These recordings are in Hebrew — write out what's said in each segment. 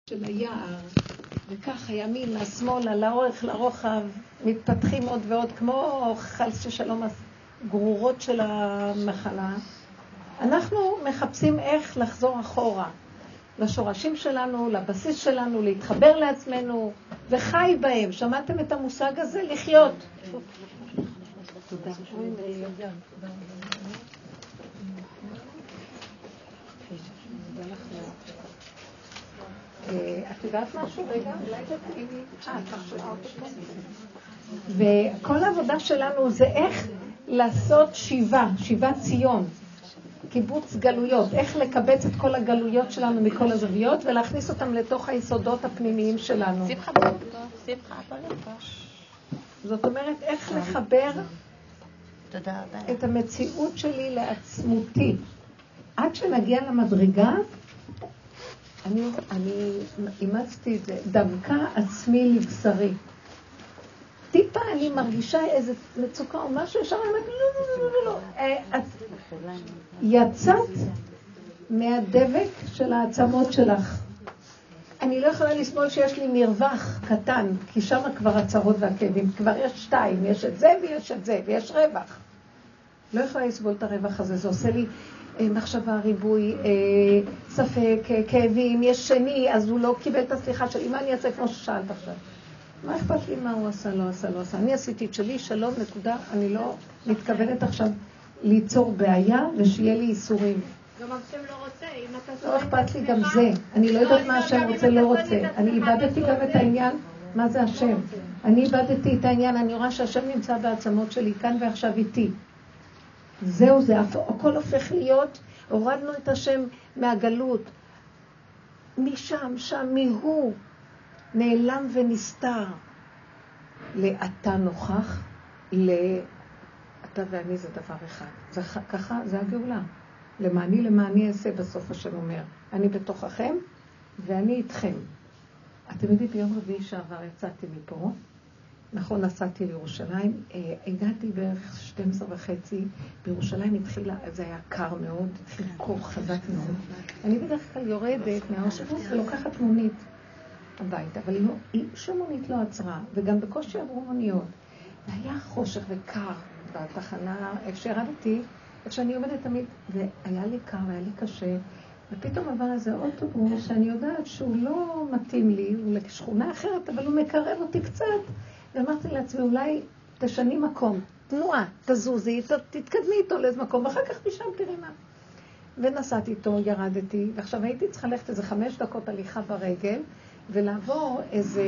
של היער, וככה ימין, השמאלה, לאורך, לרוחב, מתפתחים עוד ועוד, כמו חס ושלום הגרורות של המחלה. אנחנו מחפשים איך לחזור אחורה, לשורשים שלנו, לבסיס שלנו, להתחבר לעצמנו, וחי בהם. שמעתם את המושג הזה? לחיות. תודה. את יודעת משהו? רגע, אולי תתאימי. וכל העבודה שלנו זה איך לעשות שיבת ציון, קיבוץ גלויות, איך לקבץ את כל הגלויות שלנו מכל הזוויות ולהכניס אותם לתוך היסודות הפנימיים שלנו. זאת אומרת, איך לחבר את המציאות שלי לעצמותי. עד שנגיע למדרגה, אני אימצתי את זה, דווקא עצמי לבשרי. טיפה אני מרגישה איזו מצוקה או משהו, ישר אני אומרת, לא. את יצאת מהדבק של העצמות שלך. אני לא יכולה לסבול שיש לי מרווח קטן, כי שם כבר הצרות והכאבים, כבר יש שתיים, יש את זה ויש את זה, ויש רווח. לא יכולה לסבול את הרווח הזה, זה עושה לי מחשבה, ריבוי, ספק, כאבים, יש שני, אז הוא לא קיבל את הסליחה שלי. מה אני אעשה כמו ששאלת עכשיו? מה אכפת לי מה הוא עשה, לא עשה, לא עשה? אני עשיתי את שלי, שלום, נקודה. אני לא מתכוונת עכשיו ליצור בעיה ושיהיה לי איסורים. גם השם לא רוצה, אם אתה לא אכפת לי גם זה. אני לא יודעת מה השם רוצה, לא רוצה. אני איבדתי גם את העניין, מה זה השם? אני איבדתי את העניין, אני רואה שהשם נמצא בעצמות שלי כאן ועכשיו איתי. זהו זה, הכל הופך להיות, הורדנו את השם מהגלות, משם, מיהו, נעלם ונסתר, לאתה נוכח, לאתה ואני זה דבר אחד. ככה זה הגאולה. למעני אעשה בסוף השם אומר. אני בתוככם ואני איתכם. אתם יודעים, ביום רביעי שעבר יצאתי מפה, נכון, נסעתי לירושלים, הגעתי בערך 12:30, בירושלים התחילה, זה היה קר מאוד, התחיל קור חזק מאוד. אני בדרך כלל יורדת מהאוטובוס ולוקחת מונית הביתה, אבל שום מונית לא עצרה, וגם בקושי עברו מוניות. והיה חושך וקר בתחנה, איפה שירדתי, איפה שאני עומדת תמיד, והיה לי קר, היה לי קשה, ופתאום עבר איזה אוטובוס שאני יודעת שהוא לא מתאים לי, הוא לשכונה אחרת, אבל הוא מקרב אותי קצת. ואמרתי לעצמי, אולי תשני מקום, תנועה, תזוזי, תתקדמי איתו לאיזה מקום, ואחר כך משם תראי מה. ונסעתי איתו, ירדתי, ועכשיו הייתי צריכה ללכת איזה 5 דקות הליכה ברגל, ולעבור איזה,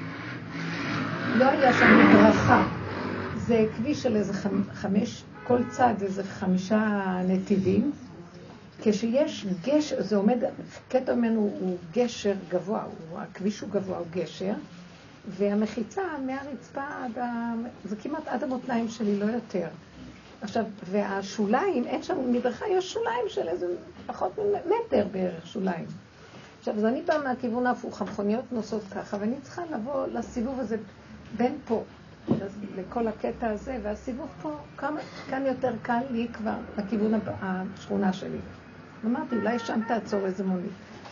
לא היה שם מדרכה, זה כביש של איזה 5, כל צד איזה 5 נתיבים, כשיש גשר, זה עומד, קטע ממנו הוא גשר גבוה, הכביש הוא גבוה, הוא גשר, והמחיצה מהרצפה זה כמעט עד המותניים שלי, לא יותר. עכשיו, והשוליים, אין שם מדרכה, יש שוליים של איזה פחות מטר בערך שוליים. עכשיו, אז אני באה מהכיוון ההפוך, המכוניות נוסעות ככה, ואני צריכה לבוא לסיבוב הזה בין פה, לכל הקטע הזה, והסיבוב פה, כאן יותר קל לי כבר לכיוון השכונה שלי. אמרתי, אולי שם תעצור איזה מונית.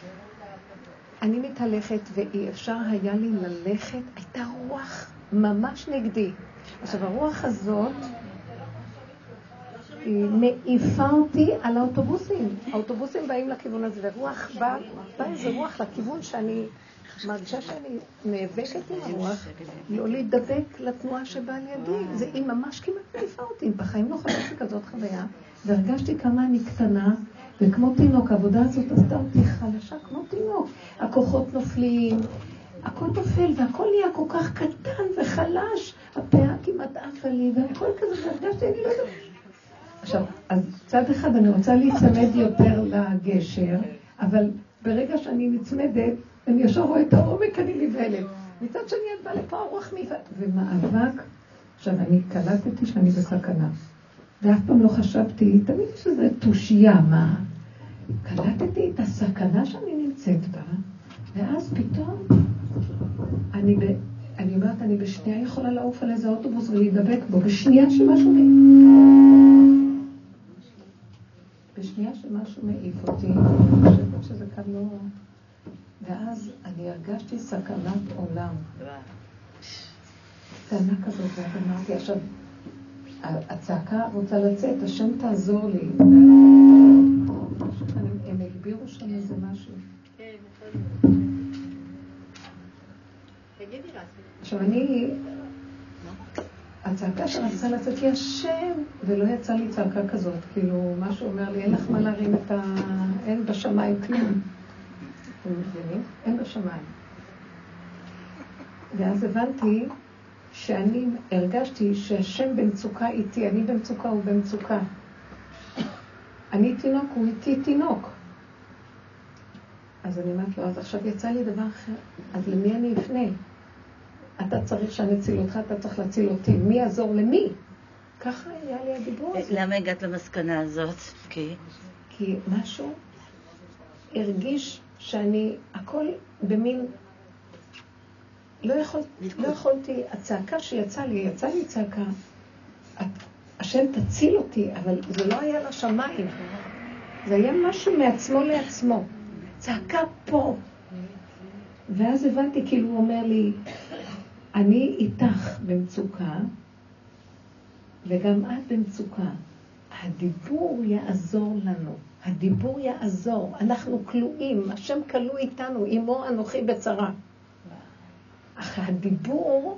אני מתהלכת ואי אפשר היה לי ללכת, הייתה רוח ממש נגדי. עכשיו הרוח הזאת היא מעיפה אותי על האוטובוסים. האוטובוסים באים לכיוון הזה ורוח בא איזה רוח לכיוון שאני מרגישה שאני נאבקת עם הרוח, לא להידבק לתנועה שבאה לידי. היא ממש כמעט מעיפה אותי. בחיים לא חשבתי כזאת חוויה והרגשתי כמה אני קטנה וכמו תינוק, העבודה הזאת עשתה אותי חלשה כמו תינוק. הכוחות נופלים, הכל נופל והכל נהיה כל כך קטן וחלש. הפאה כמעט עפה לי והכל כזה, והרגשתי, אני לא יודעת. עכשיו, אז צד אחד אני רוצה להצמד יותר לגשר, אבל ברגע שאני נצמדת, אני ישר רואה את העומק, אני נבהלת. מצד שני את באה לפה הרוח ומאבק. עכשיו, אני קלטתי שאני בסכנה. ואף פעם לא חשבתי, תמיד שזה תושייה, מה? קלטתי את הסכנה שאני נמצאת בה, ואז פתאום אני אומרת, אני בשנייה יכולה לעוף על איזה אוטובוס ולהידבק בו, בשנייה שמשהו מעיף אותי. אני חושבת שזה כאן ואז אני הרגשתי סכנת עולם. טענה כזאת, ואת אמרתי, עכשיו, הצעקה רוצה לצאת, השם תעזור לי. הם הגבירו שם איזה משהו. כן, נכון. תגידי לה. עכשיו הצעקה שרצה לצאת היא השם, ולא יצא לי צעקה כזאת, כאילו משהו אומר לי, אין לך מה להרים אין בשמיים כלום. אתם מבינים? אין בשמיים. ואז הבנתי שאני הרגשתי שהשם במצוקה איתי, אני במצוקה, הוא במצוקה. אני תינוק, הוא איתי תינוק. אז אני אמרת לו, אז עכשיו יצא לי דבר אחר, אז למי אני אפנה? אתה צריך שאני אציל אותך, אתה צריך להציל אותי. מי יעזור למי? ככה היה לי הדיבור הזה. למה הגעת למסקנה הזאת? כי משהו הרגיש שאני, הכל במין, לא יכולתי, הצעקה שיצא לי צעקה, השם תציל אותי, אבל זה לא היה לשמיים. זה היה משהו מעצמו לעצמו. צעקה פה. ואז הבנתי, כאילו הוא אומר לי, אני איתך במצוקה, וגם את במצוקה. הדיבור יעזור לנו. הדיבור יעזור. אנחנו כלואים. השם כלוא איתנו. אמו אנוכי בצרה. אך הדיבור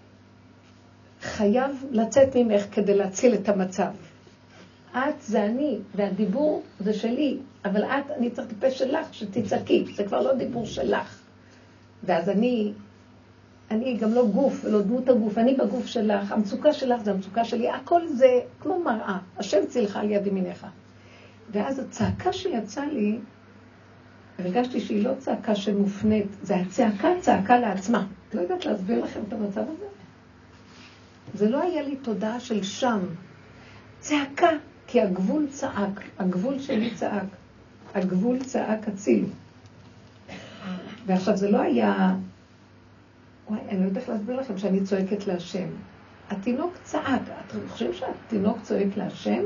חייב לצאת ממך כדי להציל את המצב. את זה אני, והדיבור זה שלי. אבל את, אני צריך לטפש שלך שתצעקי. זה כבר לא דיבור שלך. ואז אני גם לא גוף, ולא דמות הגוף, אני בגוף שלך, המצוקה שלך זה המצוקה שלי, הכל זה כמו מראה, השם צילך על יד ימיניך. ואז הצעקה שיצא לי, הרגשתי שהיא לא צעקה שמופנית, זה צעקה לעצמה. את לא יודעת להסביר לכם את המצב הזה? זה לא היה לי תודעה של שם, צעקה, כי הגבול צעק, הגבול שלי צעק, הגבול צעק הצילו. ועכשיו זה לא היה, אני לא יודעת להסביר לכם שאני צועקת להשם. התינוק צעק, אתם חושבים שהתינוק צועק להשם?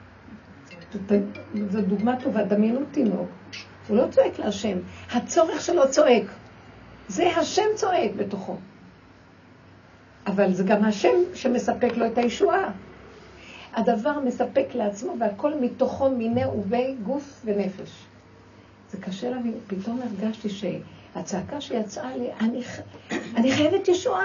זו דוגמה טובה, דמיינו תינוק. הוא לא צועק להשם, הצורך שלו צועק. זה השם צועק בתוכו. אבל זה גם השם שמספק לו את הישועה. הדבר מספק לעצמו והכל מתוכו מיני ובי גוף ונפש. זה קשה להבין, פתאום הרגשתי שהצעקה שיצאה לי, אני חייבת ישועה.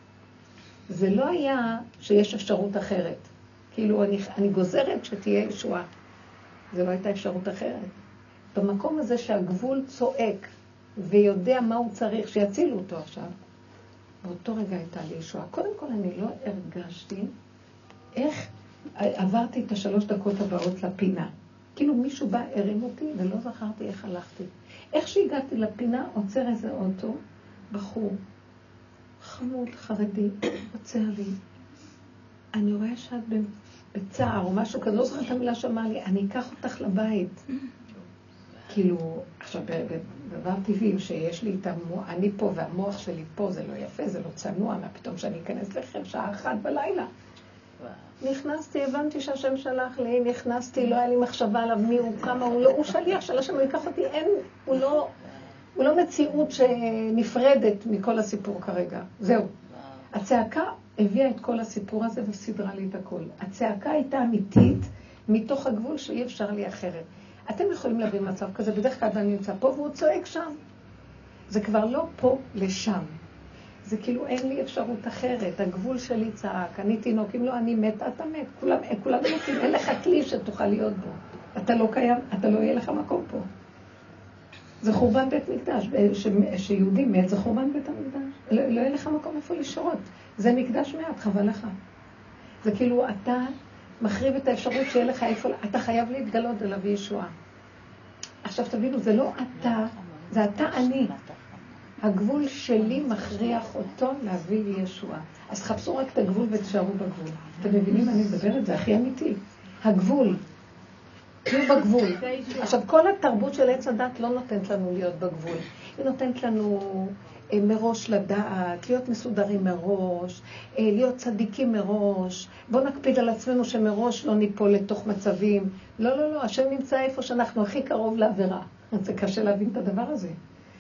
זה לא היה שיש אפשרות אחרת. כאילו אני גוזרת שתהיה ישועה. זה לא הייתה אפשרות אחרת. במקום הזה שהגבול צועק ויודע מה הוא צריך, שיצילו אותו עכשיו, באותו רגע הייתה לי ישועה. קודם כל אני לא הרגשתי איך עברתי את 3 דקות הבאות לפינה. כאילו מישהו בא, הרים אותי ולא זכרתי איך הלכתי. איך שהגעתי לפינה, עוצר איזה אוטו, בחור, חמוד, חרדי, עוצר לי. אני רואה שאת בצער או משהו כזה, לא זוכרת את המילה שאמר לי, אני אקח אותך לבית. כאילו, עכשיו, בדבר טבעי שיש לי את אני פה והמוח שלי פה, זה לא יפה, זה לא צנוע, מה פתאום שאני אכנס לכם 1:00 בלילה. נכנסתי, הבנתי שהשם שלח לי, נכנסתי, לא היה לי מחשבה עליו מי הוא, כמה הוא לא, הוא שליח של השם, הוא ייקח אותי, הוא לא מציאות שנפרדת מכל הסיפור כרגע. זהו. הצעקה הביאה את כל הסיפור הזה וסדרה לי את הכל. הצעקה הייתה אמיתית מתוך הגבול שאי אפשר לי אחרת. אתם יכולים להבין מצב כזה, בדרך כלל אני נמצא פה והוא צועק שם. זה כבר לא פה לשם. זה כאילו אין לי אפשרות אחרת, הגבול שלי צעק, אני תינוק, אם לא אני מת, אתה מת, כולם מתים, אין לך כלי שתוכל להיות בו. אתה לא קיים, אתה לא יהיה לך מקום פה. זה חורבן בית מקדש, שיהודי מת, זה חורבן בית המקדש. לא יהיה לך מקום איפה לשרות. זה מקדש מעט, חבל לך. זה כאילו אתה מחריב את האפשרות שיהיה לך איפה, אתה חייב להתגלות ולהביא ישועה. עכשיו תבינו, זה לא אתה, זה אתה אני. הגבול שלי מכריח אותו להביא לי ישועה. אז חפשו רק את הגבול ותשארו בגבול. אתם מבינים, אני מדברת, זה הכי אמיתי. הגבול. תהיו בגבול. עכשיו, כל התרבות של עץ הדת לא נותנת לנו להיות בגבול. היא נותנת לנו מראש לדעת, להיות מסודרים מראש, להיות צדיקים מראש. בואו נקפיד על עצמנו שמראש לא ניפול לתוך מצבים. לא, השם נמצא איפה שאנחנו הכי קרוב לעבירה. זה קשה להבין את הדבר הזה.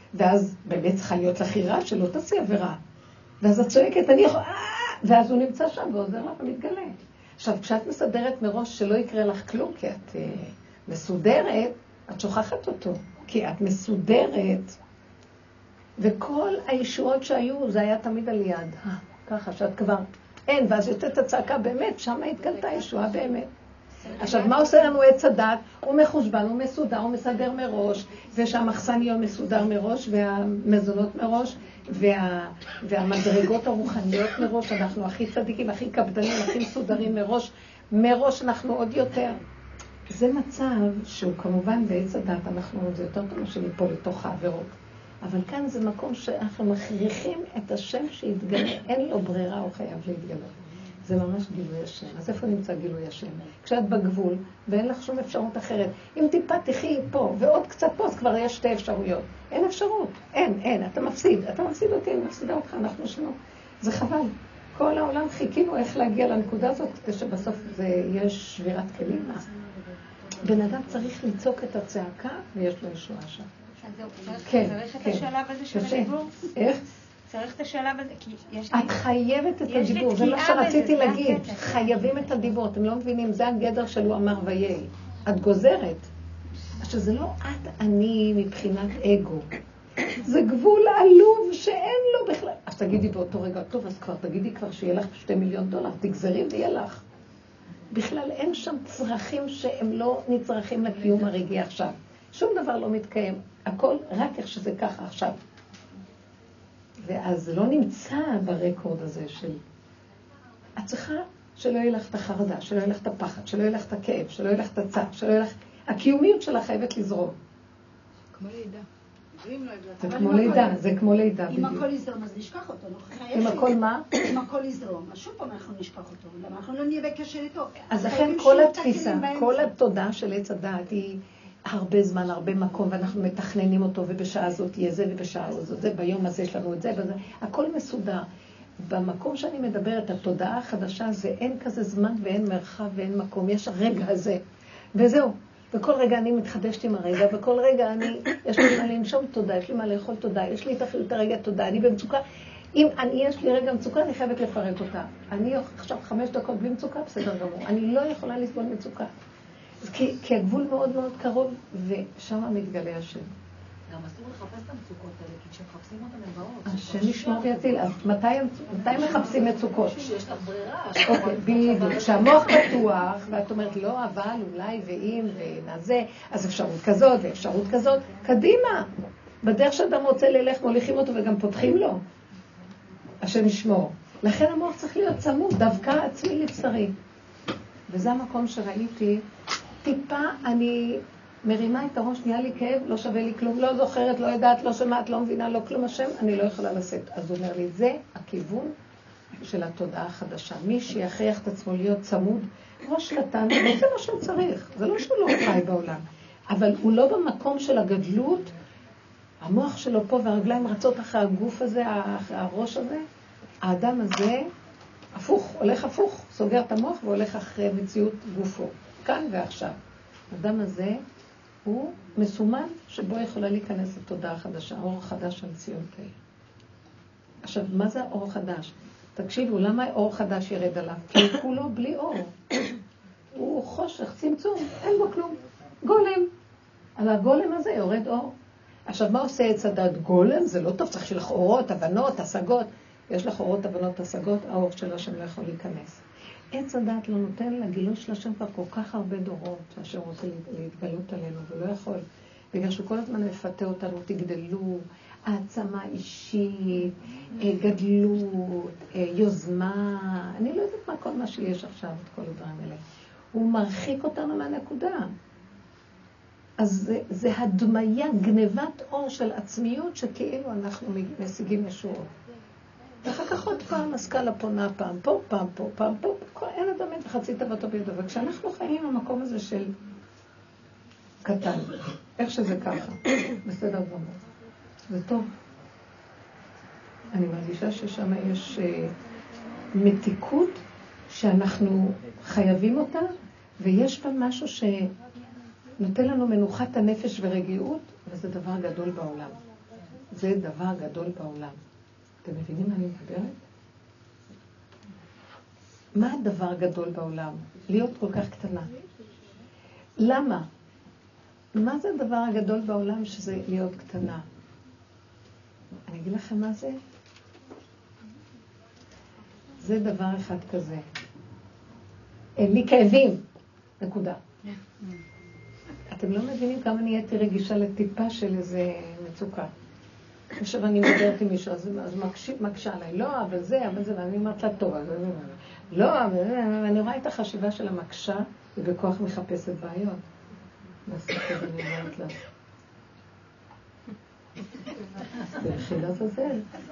ואז באמת צריכה להיות לך יראה שלא תעשי עבירה. ואז את צועקת, אני יכולה, ואז הוא נמצא שם ועוזר לך ומתגלה. עכשיו, כשאת מסדרת מראש שלא יקרה לך כלום, כי את מסודרת, את שוכחת אותו. כי את מסודרת, וכל הישועות שהיו, זה היה תמיד על יד. ככה שאת כבר אין, ואז יוצאת הצעקה באמת, שם התגלתה ישועה באמת. עכשיו, מה עושה לנו עץ הדת? הוא מחושבן, הוא מסודר, הוא מסדר מראש, ושהמחסן יהיה מסודר מראש, והמזונות מראש, והמדרגות הרוחניות מראש, אנחנו הכי צדיקים, הכי קפדנים, הכי מסודרים מראש, מראש אנחנו עוד יותר. זה מצב שהוא כמובן בעץ הדת, זה יותר טוב שליפול לתוך העבירות. אבל כאן זה מקום שאנחנו מכריחים את השם שיתגלה, אין לו ברירה, הוא חייב להתגלות. זה ממש גילוי השם. אז איפה נמצא גילוי השם? כשאת בגבול ואין לך שום אפשרות אחרת. אם טיפה תחי פה ועוד קצת פה, אז כבר יש 2 אפשרויות. אין אפשרות. אין. אתה מפסיד אותי, אני מפסידה אותך, אנחנו שנו. זה חבל. כל העולם חיכינו איך להגיע לנקודה הזאת, כדי שבסוף יש שבירת כלים. בן אדם צריך לצעוק את הצעקה ויש לו ישועה שם. צריך את השלב הזה של הדיבור? איך? צריך את השלב הזה, כי יש לי... את חייבת את הדיבור, זה מה שרציתי להגיד. חייבים את הדיבור, אתם לא מבינים, זה הגדר שלו אמר ויהי. את גוזרת. עכשיו, זה לא את אני מבחינת אגו. זה גבול עלוב שאין לו בכלל. אז תגידי באותו רגע, טוב, אז כבר תגידי כבר שיהיה לך $2 מיליון, תגזרי ויהיה לך. בכלל אין שם צרכים שהם לא נצרכים לקיום הרגעי עכשיו. שום דבר לא מתקיים. הכל רק איך שזה ככה עכשיו. ואז זה לא נמצא ברקורד הזה של... את צריכה שלא יהיה לך את החרדה, שלא יהיה לך את הפחד, שלא יהיה לך את הכאב, שלא יהיה לך את הצער, שלא יהיה לך... הקיומיות שלה חייבת לזרום. כמו לידה. זה כמו לידה. אם הכל יזרום, אז נשכח אותו. אם הכל מה? אם הכל יזרום, אז שוב פעם אנחנו נשכח אותו. למה אנחנו לא נהיה בקשר איתו? אז לכן כל התפיסה, כל התודעה של עץ הדעת היא... הרבה זמן, הרבה מקום, ואנחנו מתכננים אותו, ובשעה הזאת יהיה זה, ובשעה הזאת זה, ביום הזה יש לנו את זה, וזה, הכל מסודר. במקום שאני מדברת, התודעה החדשה זה אין כזה זמן ואין מרחב ואין מקום, יש הרגע הזה, וזהו. וכל רגע אני מתחדשת עם הרגע, וכל רגע יש לי מה לנשום תודה, יש לי מה לאכול תודה, יש לי את הרגע תודה, אני במצוקה. אם יש לי רגע מצוקה, אני חייבת לפרק אותה. אני עכשיו 5 דקות בלי מצוקה, בסדר גמור. אני לא יכולה לסבול מצוקה. כי הגבול מאוד מאוד קרוב, ושם מתגלה השם. גם אסור לחפש את המצוקות האלה, כי כשמחפשים אותם הם באות. השם ישמור ויציל. אז מתי מחפשים מצוקות? שיש לך ברירה. אוקיי, בדיוק. כשהמוח פתוח, ואת אומרת, לא, אבל, אולי, ואם, ונעזה, אז אפשרות כזאת ואפשרות כזאת, קדימה. בדרך שאדם רוצה ללך, מוליכים אותו וגם פותחים לו. השם ישמור. לכן המוח צריך להיות צמוד, דווקא עצמי לבשרי. וזה המקום שראיתי, טיפה אני מרימה את הראש, נהיה לי כאב, לא שווה לי כלום, לא זוכרת, לא יודעת, לא שמעת, לא מבינה, לא כלום השם, אני לא יכולה לשאת. אז הוא אומר לי, זה הכיוון של התודעה החדשה. מי שיכריח את עצמו להיות צמוד, ראש נתן, זה מה שהוא צריך. זה לא שהוא לא חי בעולם. אבל הוא לא במקום של הגדלות, המוח שלו פה והרגליים רצות אחרי הגוף הזה, הראש הזה, האדם הזה, הפוך, הולך הפוך, סוגר את המוח והולך אחרי מציאות גופו, כאן ועכשיו. האדם הזה הוא מסומן שבו יכולה להיכנס לתודעה החדשה, האור החדש המציאות. עכשיו, מה זה האור החדש? תקשיבו, למה האור חדש ירד עליו? כי הוא כולו בלי אור. הוא חושך, צמצום, אין בו כלום. גולם. על הגולם הזה יורד אור. עכשיו, מה עושה עץ הדת גולם? זה לא טוב, צריך שלך אורות, הבנות, השגות. יש לך אורות, הבנות, השגות, האור של השם לא יכול להיכנס. עץ הדת לא נותן לגילוי של השם כבר כל כך הרבה דורות, שהשם רוצה להתגלות עלינו, ולא יכול. בגלל שכל הזמן מפתה אותנו, תגדלו, העצמה אישית, גדלות, יוזמה, אני לא יודעת מה כל מה שיש עכשיו, את כל הדברים האלה. הוא מרחיק אותנו מהנקודה. אז זה הדמיה, גנבת אור של עצמיות, שכאילו אנחנו משיגים ישועות. ואחר כך עוד פעם, הסקאלה פונה פעם פה, פעם פה, פעם פה, אין אדם את חצי תוותו בידו. וכשאנחנו חיים במקום הזה של קטן, איך שזה ככה, בסדר גמור, זה טוב. אני מרגישה ששם יש מתיקות שאנחנו חייבים אותה, ויש בה משהו שנותן לנו מנוחת הנפש ורגיעות, וזה דבר גדול בעולם. זה דבר גדול בעולם. אתם מבינים מה אני מדברת? מה הדבר הגדול בעולם? להיות כל כך קטנה. למה? מה זה הדבר הגדול בעולם שזה להיות קטנה? אני אגיד לכם מה זה? זה דבר אחד כזה. אין לי כאבים. נקודה. אתם לא מבינים כמה נהייתי רגישה לטיפה של איזה מצוקה. עכשיו אני מדברת עם מישהו, אז מקשה עליי. לא, אבל זה, ואני אומרת לה טוב. לא, ואני רואה את החשיבה של המקשה, ובכוח מחפשת בעיות. בסופו אני אומרת לה. ביחידה זה.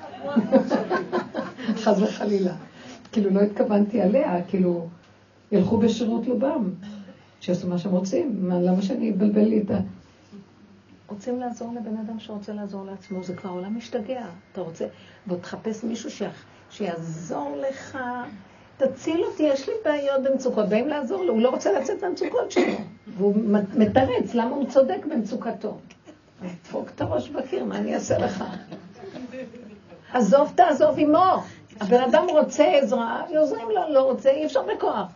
חס וחלילה. כאילו לא התכוונתי עליה, כאילו ילכו בשירות לובם. שיעשו מה שהם רוצים, למה שאני אבלבל לי את ה... רוצים לעזור לבן אדם שרוצה לעזור לעצמו, זה כבר עולם משתגע. אתה רוצה, בוא תחפש מישהו שיעזור לך, תציל אותי, יש לי בעיות במצוקות, באים לעזור לו, הוא לא רוצה לצאת מהמצוקות שלו, והוא מתרץ, למה הוא צודק במצוקתו. אז תפוק את הראש בקיר, מה אני אעשה לך? עזוב, תעזוב עמו. הבן אדם רוצה עזרה, יעוזרים לו, לא רוצה, אי אפשר בכוח.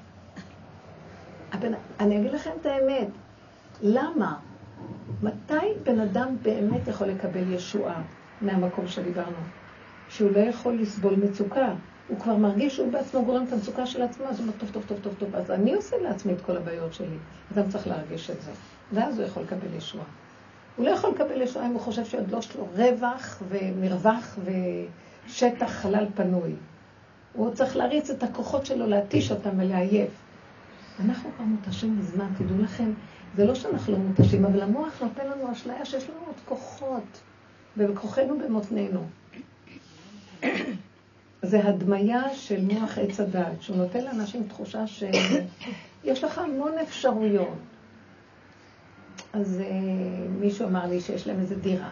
אני אגיד לכם את האמת, למה? מתי בן אדם באמת יכול לקבל ישועה מהמקום שדיברנו? שהוא לא יכול לסבול מצוקה, הוא כבר מרגיש שהוא בעצמו גורם את המצוקה של עצמו, אז הוא אומר טוב, אז אני עושה לעצמי את כל הבעיות שלי, אדם צריך להרגיש את זה, ואז הוא יכול לקבל ישועה. הוא לא יכול לקבל ישועה אם הוא חושב שעוד לא שלו רווח ומרווח ושטח חלל פנוי. הוא צריך להריץ את הכוחות שלו, להתיש אותם ולהייף. אנחנו כבר מותשים מזמן, תדעו לכם, זה לא שאנחנו לא מותשים, אבל המוח נותן לנו אשליה שיש לנו עוד כוחות, ובכוחנו במותנינו. זה הדמיה של מוח עץ הדעת, שהוא נותן לאנשים תחושה שיש לך המון אפשרויות. אז מישהו אמר לי שיש להם איזו דירה,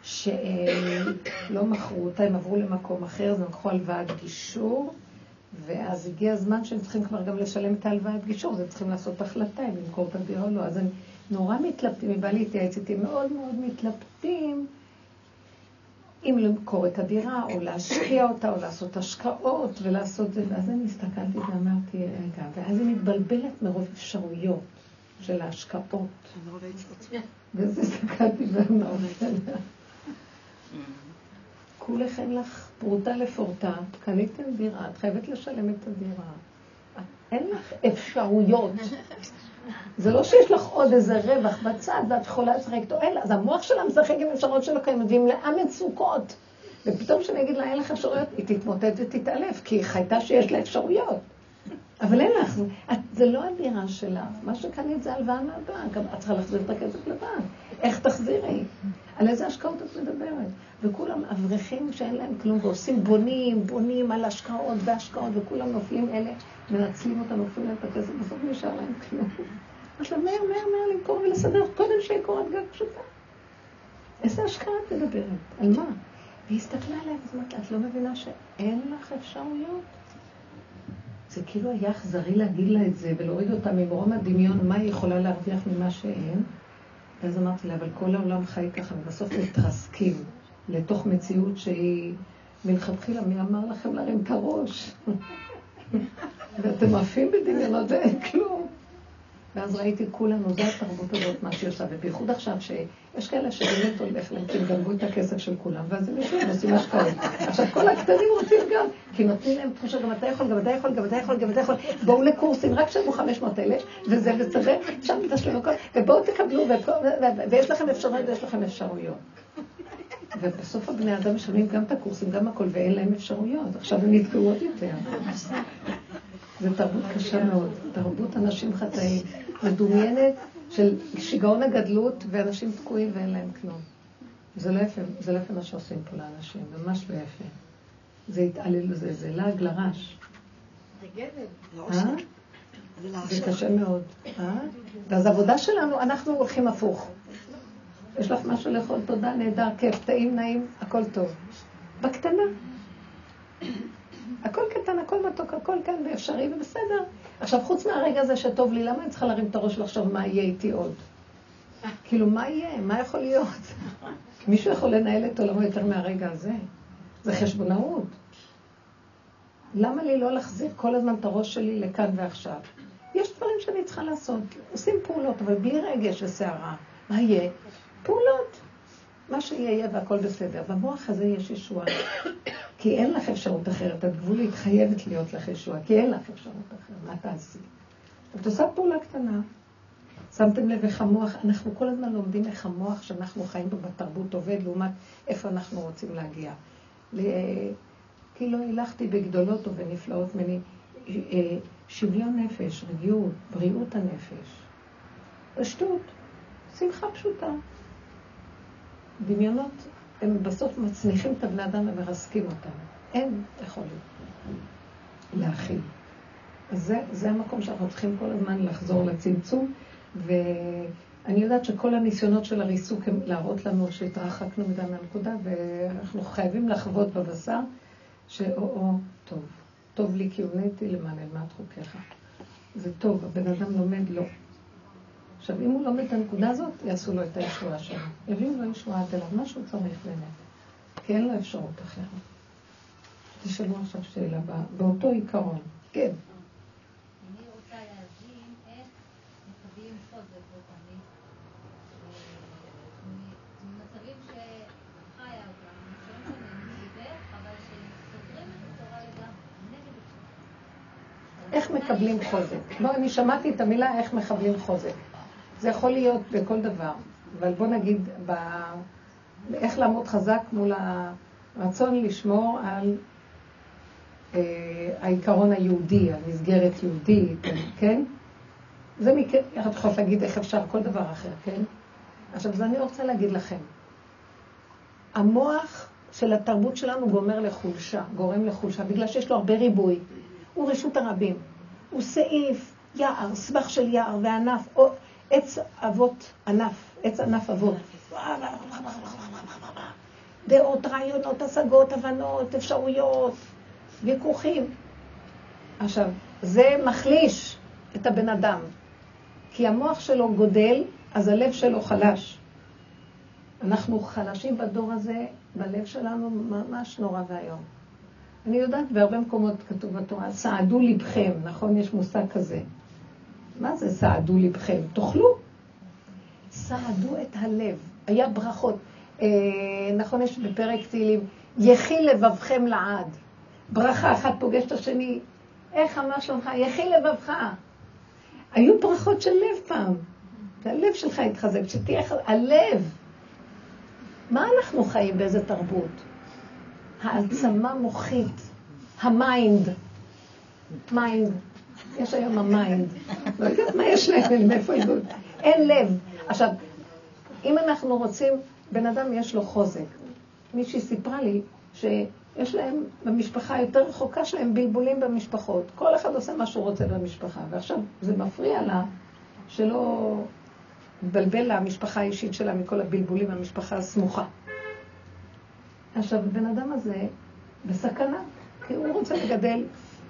שלא מכרו אותה, הם עברו למקום אחר, אז הם לקחו הלוואת גישור, ואז הגיע הזמן שהם צריכים כבר גם לשלם את ההלוואת גישור, אז הם צריכים לעשות החלטה אם למכור את הדירה או לא. אז הם נורא מתלבטים, מבא להתייעץ איתי, מאוד מאוד מתלבטים אם למכור את הדירה או להשקיע אותה או לעשות השקעות ולעשות זה. ואז אני הסתכלתי ואמרתי, רגע, ואז היא מתבלבלת מרוב אפשרויות של ההשקעות. ואז הסתכלתי ואמרתי, כולכם לך פרוטה לפורטה, קניתם דירה, את חייבת לשלם את הדירה. אין לך אפשרויות. זה לא שיש לך עוד איזה רווח בצד ואת יכולה לשחק אותו, אלא, אז המוח שלה משחק עם אפשרויות שלו, כי הם מביאים לה מצוקות. ופתאום שאני אגיד לה, אין לך אפשרויות, היא תתמוטט ותתעלף, כי היא חייתה שיש לה אפשרויות. אבל אין לך, זה לא הדירה שלך. מה שקנית זה הלוואה מהבנק, את צריכה להחזיר את הכסף לבנק. איך תחזירי? על איזה השקעות את מדברת? וכולם אברכים שאין להם כלום, ועושים בונים על השקעות והשקעות, וכולם נופלים אלה, מנצלים אותם, נופלים להם את הכסף, בסוף נשאר להם כלום. אז מהר למכור ולסדר, קודם שיהיה קורת גג פשוטה. איזה השקעה את מדברת? על מה? והיא הסתכלה עליהם, אז אמרת, את לא מבינה שאין לך אפשרויות? זה כאילו היה אכזרי להגיד לה את זה, ולהוריד אותה ממרום הדמיון, מה היא יכולה להרוויח ממה שאין. ואז אמרתי לה, אבל כל העולם חי ככה, ובסוף מתרסקים לתוך מציאות שהיא מלכתחילה, מי אמר לכם להרים את הראש? ואתם עפים בדמיונות ואין כלום. ואז ראיתי כולנו, זה התרבות הזאת, מה שהיא עושה, ובייחוד עכשיו שיש כאלה שבאמת הולך להם, כי הם גנבו את הכסף של כולם, ואז הם יושבים, עושים השקעות. עכשיו כל הקטנים רוצים גם, כי נותנים להם תחושה, גם אתה יכול, בואו לקורסים, רק שלמו 500,000, וזה וצווה, שם תשלמו הכל, ובואו תקבלו, ויש לכם אפשרויות. ובסוף הבני אדם משלמים גם את הקורסים, גם הכל, ואין להם אפשרויות. עכשיו הם נתקעו עוד יותר. זה תרבות קשה מאוד, תרבות אנשים חטאים, מדומיינת של שיגעון הגדלות, ואנשים תקועים ואין להם כלום. זה לא יפה מה שעושים פה לאנשים, ממש לא יפה. זה התעלל לזה, זה לעג לרש. זה גבל. זה קשה מאוד. ואז העבודה שלנו, אנחנו הולכים הפוך. יש לך משהו לאכול, תודה, נהדר, כיף, טעים, נעים, הכל טוב. בקטנה. הכל קטן, הכל מתוק, הכל כאן ואפשרי ובסדר. עכשיו, חוץ מהרגע הזה שטוב לי, למה אני צריכה להרים את הראש לחשוב מה יהיה איתי עוד? כאילו, מה יהיה? מה יכול להיות? מישהו יכול לנהל את עולמו יותר מהרגע הזה? זה חשבונאות. למה לי לא להחזיר כל הזמן את הראש שלי לכאן ועכשיו? יש דברים שאני צריכה לעשות. עושים פעולות, אבל בלי רגש ושערה. מה יהיה? פעולות. מה שיהיה והכל בסדר. במוח הזה יש ישועה. כי אין לך אפשרות אחרת. את גבולית חייבת להיות לך ישועה. כי אין לך אפשרות אחרת. מה תעשי? את עושה פעולה קטנה. שמתם לב איך המוח, אנחנו כל הזמן לומדים איך המוח שאנחנו חיים בו בתרבות עובד, לעומת איפה אנחנו רוצים להגיע. כאילו הילכתי בגדולות ובנפלאות מני, שוויון נפש, רגיעות, בריאות הנפש. פשטות, שמחה פשוטה. דמיונות, הם בסוף מצניחים את הבני אדם ומרסקים אותם. אין יכולת להכיל. אז זה המקום שאנחנו צריכים כל הזמן לחזור לצמצום, ואני יודעת שכל הניסיונות של הריסוק הם להראות לנו שהתרחקנו מדי מהנקודה, ואנחנו חייבים לחוות בבשר, טוב לי כי הונאתי למען אלמד חוקיך. זה טוב, הבן אדם לומד לא. עכשיו, אם הוא לומד את הנקודה הזאת, יעשו לו את הישועה שלו. יביאו לו ישועה עד אליו, מה שהוא צריך באמת. כי אין לו אפשרות אחרת. תשאלו עכשיו שאלה באותו עיקרון. כן. אני רוצה להבין איך מקבלים חוזק רוחני ממצבים שחיה אותם, שלא משנה מסיבך, אבל שסוגרים את התורה לגמרי, נגד איך מקבלים חוזק? בואו, אני שמעתי את המילה איך מקבלים חוזק. זה יכול להיות בכל דבר, אבל בוא נגיד איך לעמוד חזק מול הרצון לשמור על העיקרון היהודי, המסגרת יהודית, כן? זה מקרה, את יכולת להגיד איך אפשר כל דבר אחר, כן? עכשיו, אז אני רוצה להגיד לכם, המוח של התרבות שלנו גורם לחולשה, בגלל שיש לו הרבה ריבוי. הוא רשות הרבים, הוא סעיף, יער, סבך של יער וענף, או עץ אבות, עץ ענף אבות. דעות, רעיונות, השגות, הבנות, אפשרויות, ויכוחים. עכשיו, זה מחליש את הבן אדם, כי המוח שלו גודל, אז הלב שלו חלש. אנחנו חלשים בדור הזה, בלב שלנו ממש נורא והיום. אני יודעת, בהרבה מקומות כתוב בתורה, סעדו לבכם, נכון? יש מושג כזה. מה זה סעדו לבכם? תאכלו. סעדו את הלב. היה ברכות. נכון, יש בפרק תהילים, יחי לבבכם לעד. ברכה אחת פוגשת השני. איך אמר שלומך? יחי לבבך. היו ברכות של לב פעם. הלב שלך התחזק, שתהיה הלב. מה אנחנו חיים באיזה תרבות? העצמה מוחית. המיינד. מיינד. יש היום המיינד. לא יודעת מה יש להם, מאיפה ידעו. אין לב. עכשיו, אם אנחנו רוצים, בן אדם יש לו חוזק. מישהי סיפרה לי שיש להם במשפחה יותר רחוקה שלהם בלבולים במשפחות. כל אחד עושה מה שהוא רוצה במשפחה. ועכשיו זה מפריע לה שלא בלבל לה המשפחה האישית שלה מכל הבלבולים במשפחה הסמוכה. עכשיו, הבן אדם הזה בסכנה, כי הוא רוצה לגדל.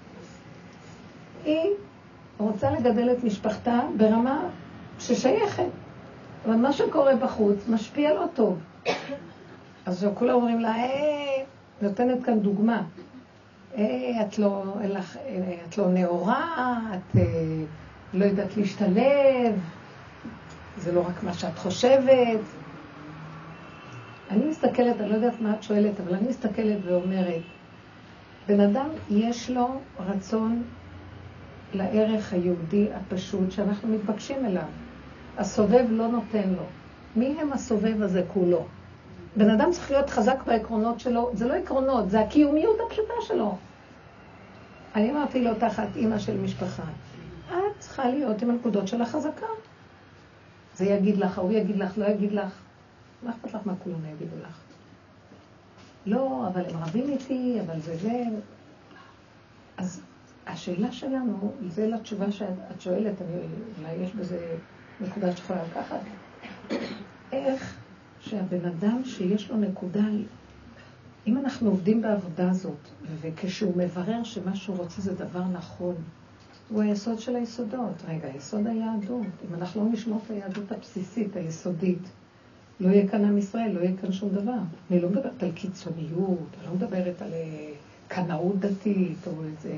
היא רוצה לגדל את משפחתה ברמה ששייכת. אבל מה שקורה בחוץ משפיע לא טוב. אז כולם אומרים לה, נותנת כאן דוגמה. את לא נאורה, את לא יודעת להשתלב, זה לא רק מה שאת חושבת. אני מסתכלת, אני לא יודעת מה את שואלת, אבל אני מסתכלת ואומרת, בן אדם יש לו רצון לערך היהודי הפשוט שאנחנו מתבקשים אליו. הסובב לא נותן לו. מי הם הסובב הזה כולו? בן אדם צריך להיות חזק בעקרונות שלו, זה לא עקרונות, זה הקיומיות הפשוטה שלו. אני אמרתי לו תחת אמא של משפחה, את צריכה להיות עם הנקודות של החזקה. זה יגיד לך, הוא יגיד לך, לא יגיד לך. מה אכפת לך מה כולם יגידו לך? לא, אבל הם רבים איתי, אבל זה. אז השאלה שלנו, זה לתשובה שאת שואלת, אולי יש בזה נקודה שיכולה לקחת. איך שהבן אדם שיש לו נקודה, אם אנחנו עובדים בעבודה הזאת, וכשהוא מברר שמה שהוא רוצה זה דבר נכון, הוא היסוד של היסודות. רגע, יסוד היהדות. אם אנחנו לא נשמור את היהדות הבסיסית, היסודית, לא יהיה כאן עם ישראל, לא יהיה כאן שום דבר. אני לא מדברת על קיצוניות, אני לא מדברת על קנאות דתית, או איזה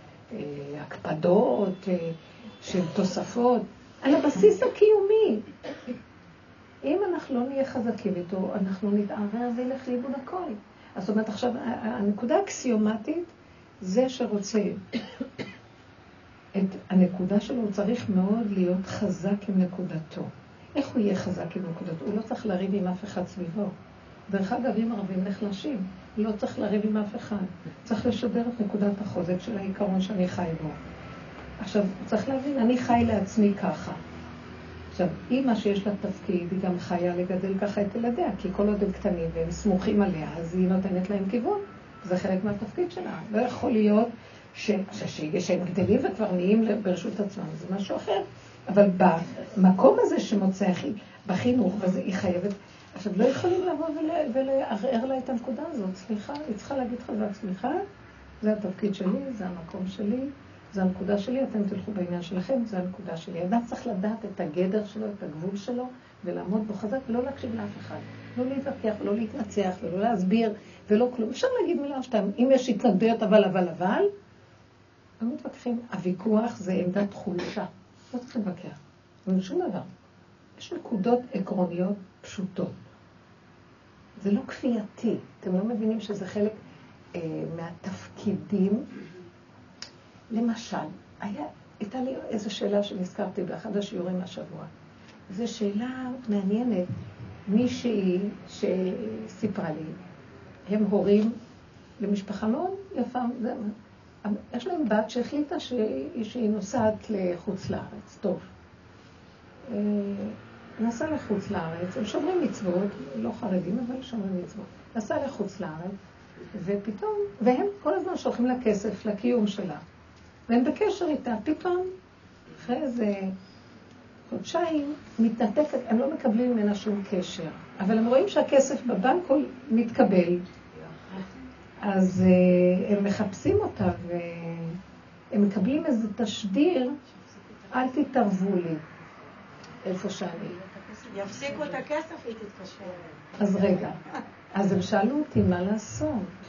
הקפדות של תוספות, על הבסיס הקיומי. אם אנחנו לא נהיה חזקים איתו, אנחנו נתערער וילך לאיבוד הכל. זאת אומרת, עכשיו, הנקודה האקסיומטית, זה שרוצה את הנקודה שלו, הוא צריך מאוד להיות חזק עם נקודתו. איך הוא יהיה חזק עם נקודתו? הוא לא צריך לריב עם אף אחד סביבו. דרך אגב, אם ערבים נחלשים, לא צריך לריב עם אף אחד. צריך לשדר את נקודת החוזק של העיקרון שאני חי בו. עכשיו, צריך להבין, אני חי לעצמי ככה. עכשיו, אמא שיש לה תפקיד, היא גם חיה לגדל ככה את ילדיה, כי כל עוד הם קטנים והם סמוכים עליה, אז היא נותנת להם כיוון. זה חלק מהתפקיד שלה. לא יכול להיות שהם גדלים וכבר נהיים ברשות עצמם, זה משהו אחר. אבל במקום הזה שמוצא בחינוך, היא חייבת... עכשיו, לא יכולים לבוא ולערער לה את הנקודה הזאת. סליחה, היא צריכה להגיד חזק, סליחה, זה התפקיד שלי, זה המקום שלי, זה הנקודה שלי, אתם תלכו בעניין שלכם, זה הנקודה שלי. אדם צריך לדעת את הגדר שלו, את הגבול שלו, ולעמוד בו חזק, ולא להקשיב לאף אחד. לא להתווכח, לא להתנצח, ולא להסביר, ולא כלום. אפשר להגיד מילה או שתיים, אם יש התנגדויות אבל, לא מתווכחים. הוויכוח זה עמדת חולשה. לא צריך להתווכח. אבל שום דבר. יש נקודות עקרוניות פשוטות. זה לא כפייתי. אתם לא מבינים שזה חלק מהתפקידים. למשל, הייתה לי איזו שאלה שנזכרתי באחד השיעורים השבוע. זו שאלה מעניינת. מישהי שסיפרה לי, הם הורים למשפחה מאוד יפה. יש להם בת שהחליטה שהיא נוסעת לחוץ לארץ. טוב. נסע לחוץ לארץ, הם שומרים מצוות, לא חרדים, אבל שומרים מצוות. נסע לחוץ לארץ, ופתאום, והם כל הזמן שולחים לה כסף לקיום שלה. והם בקשר איתה, פתאום, אחרי איזה חודשיים, מתנתקת, הם לא מקבלים ממנה שום קשר. אבל הם רואים שהכסף בבנק מתקבל. אז הם מחפשים אותה, והם מקבלים איזה תשדיר, אל תתערבו לי, איפה שאני. יפסיקו את הכסף, היא תתקשר. אז רגע, אז הם שאלו אותי מה לעשות.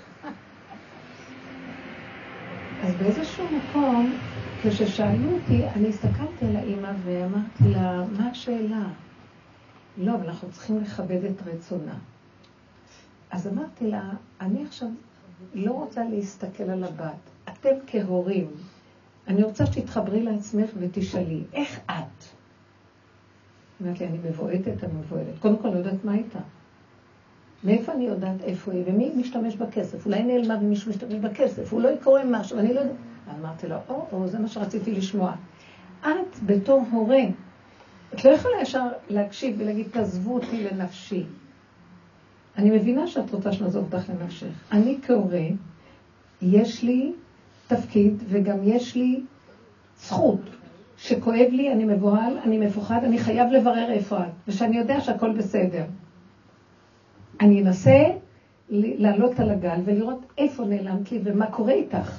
אז באיזשהו מקום, כששאלו אותי, אני הסתכלתי על האמא ואמרתי לה, מה השאלה? לא, אבל אנחנו צריכים לכבד את רצונה. אז אמרתי לה, אני עכשיו לא רוצה להסתכל על הבת. אתם כהורים, אני רוצה שתתחברי לעצמך ותשאלי, איך את? אמרת לי, אני מבועטת, אני מבועטת. קודם כל, לא יודעת מה הייתה. מאיפה אני יודעת איפה היא, ומי משתמש בכסף? אולי נעלמה ומישהו משתמש בכסף, הוא לא יקורא משהו, אני לא יודעת. אמרתי לו, זה מה שרציתי לשמוע. את בתור הורה, את לא יכולה ישר להקשיב ולהגיד, תעזבו אותי לנפשי. אני מבינה שאת רוצה שנעזוב אותך לנפשך. אני כהורה, יש לי תפקיד וגם יש לי זכות. שכואב לי, אני מבוהל, אני מפוחד, אני חייב לברר איפה את. ושאני יודע שהכל בסדר. אני אנסה לעלות על הגל ולראות איפה נעלמת לי ומה קורה איתך.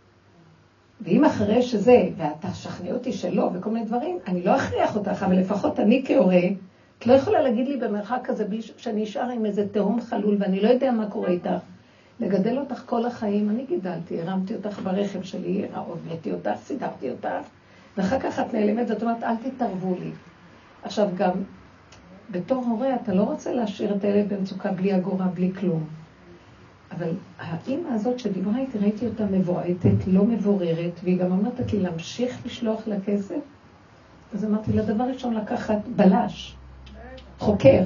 ואם אחרי שזה, ואתה שכנע אותי שלא וכל מיני דברים, אני לא אכריח אותך, אבל לפחות אני כהורה, את לא יכולה להגיד לי במרחק כזה בלי שאני אשאר עם איזה תהום חלול ואני לא יודע מה קורה איתך. לגדל אותך כל החיים, אני גידלתי, הרמתי אותך ברכב שלי, הובלתי אותך, סידרתי אותך, ואחר כך את נעלמת, זאת אומרת, אל תתערבו לי. עכשיו גם, בתור הורה אתה לא רוצה להשאיר את הילד במצוקה בלי אגורה, בלי כלום. אבל האמא הזאת שדיברה איתי, ראיתי אותה מבועטת, לא מבוררת, והיא גם אמרת לי להמשיך לשלוח לה כסף. אז אמרתי לה, דבר ראשון לקחת בלש, חוקר.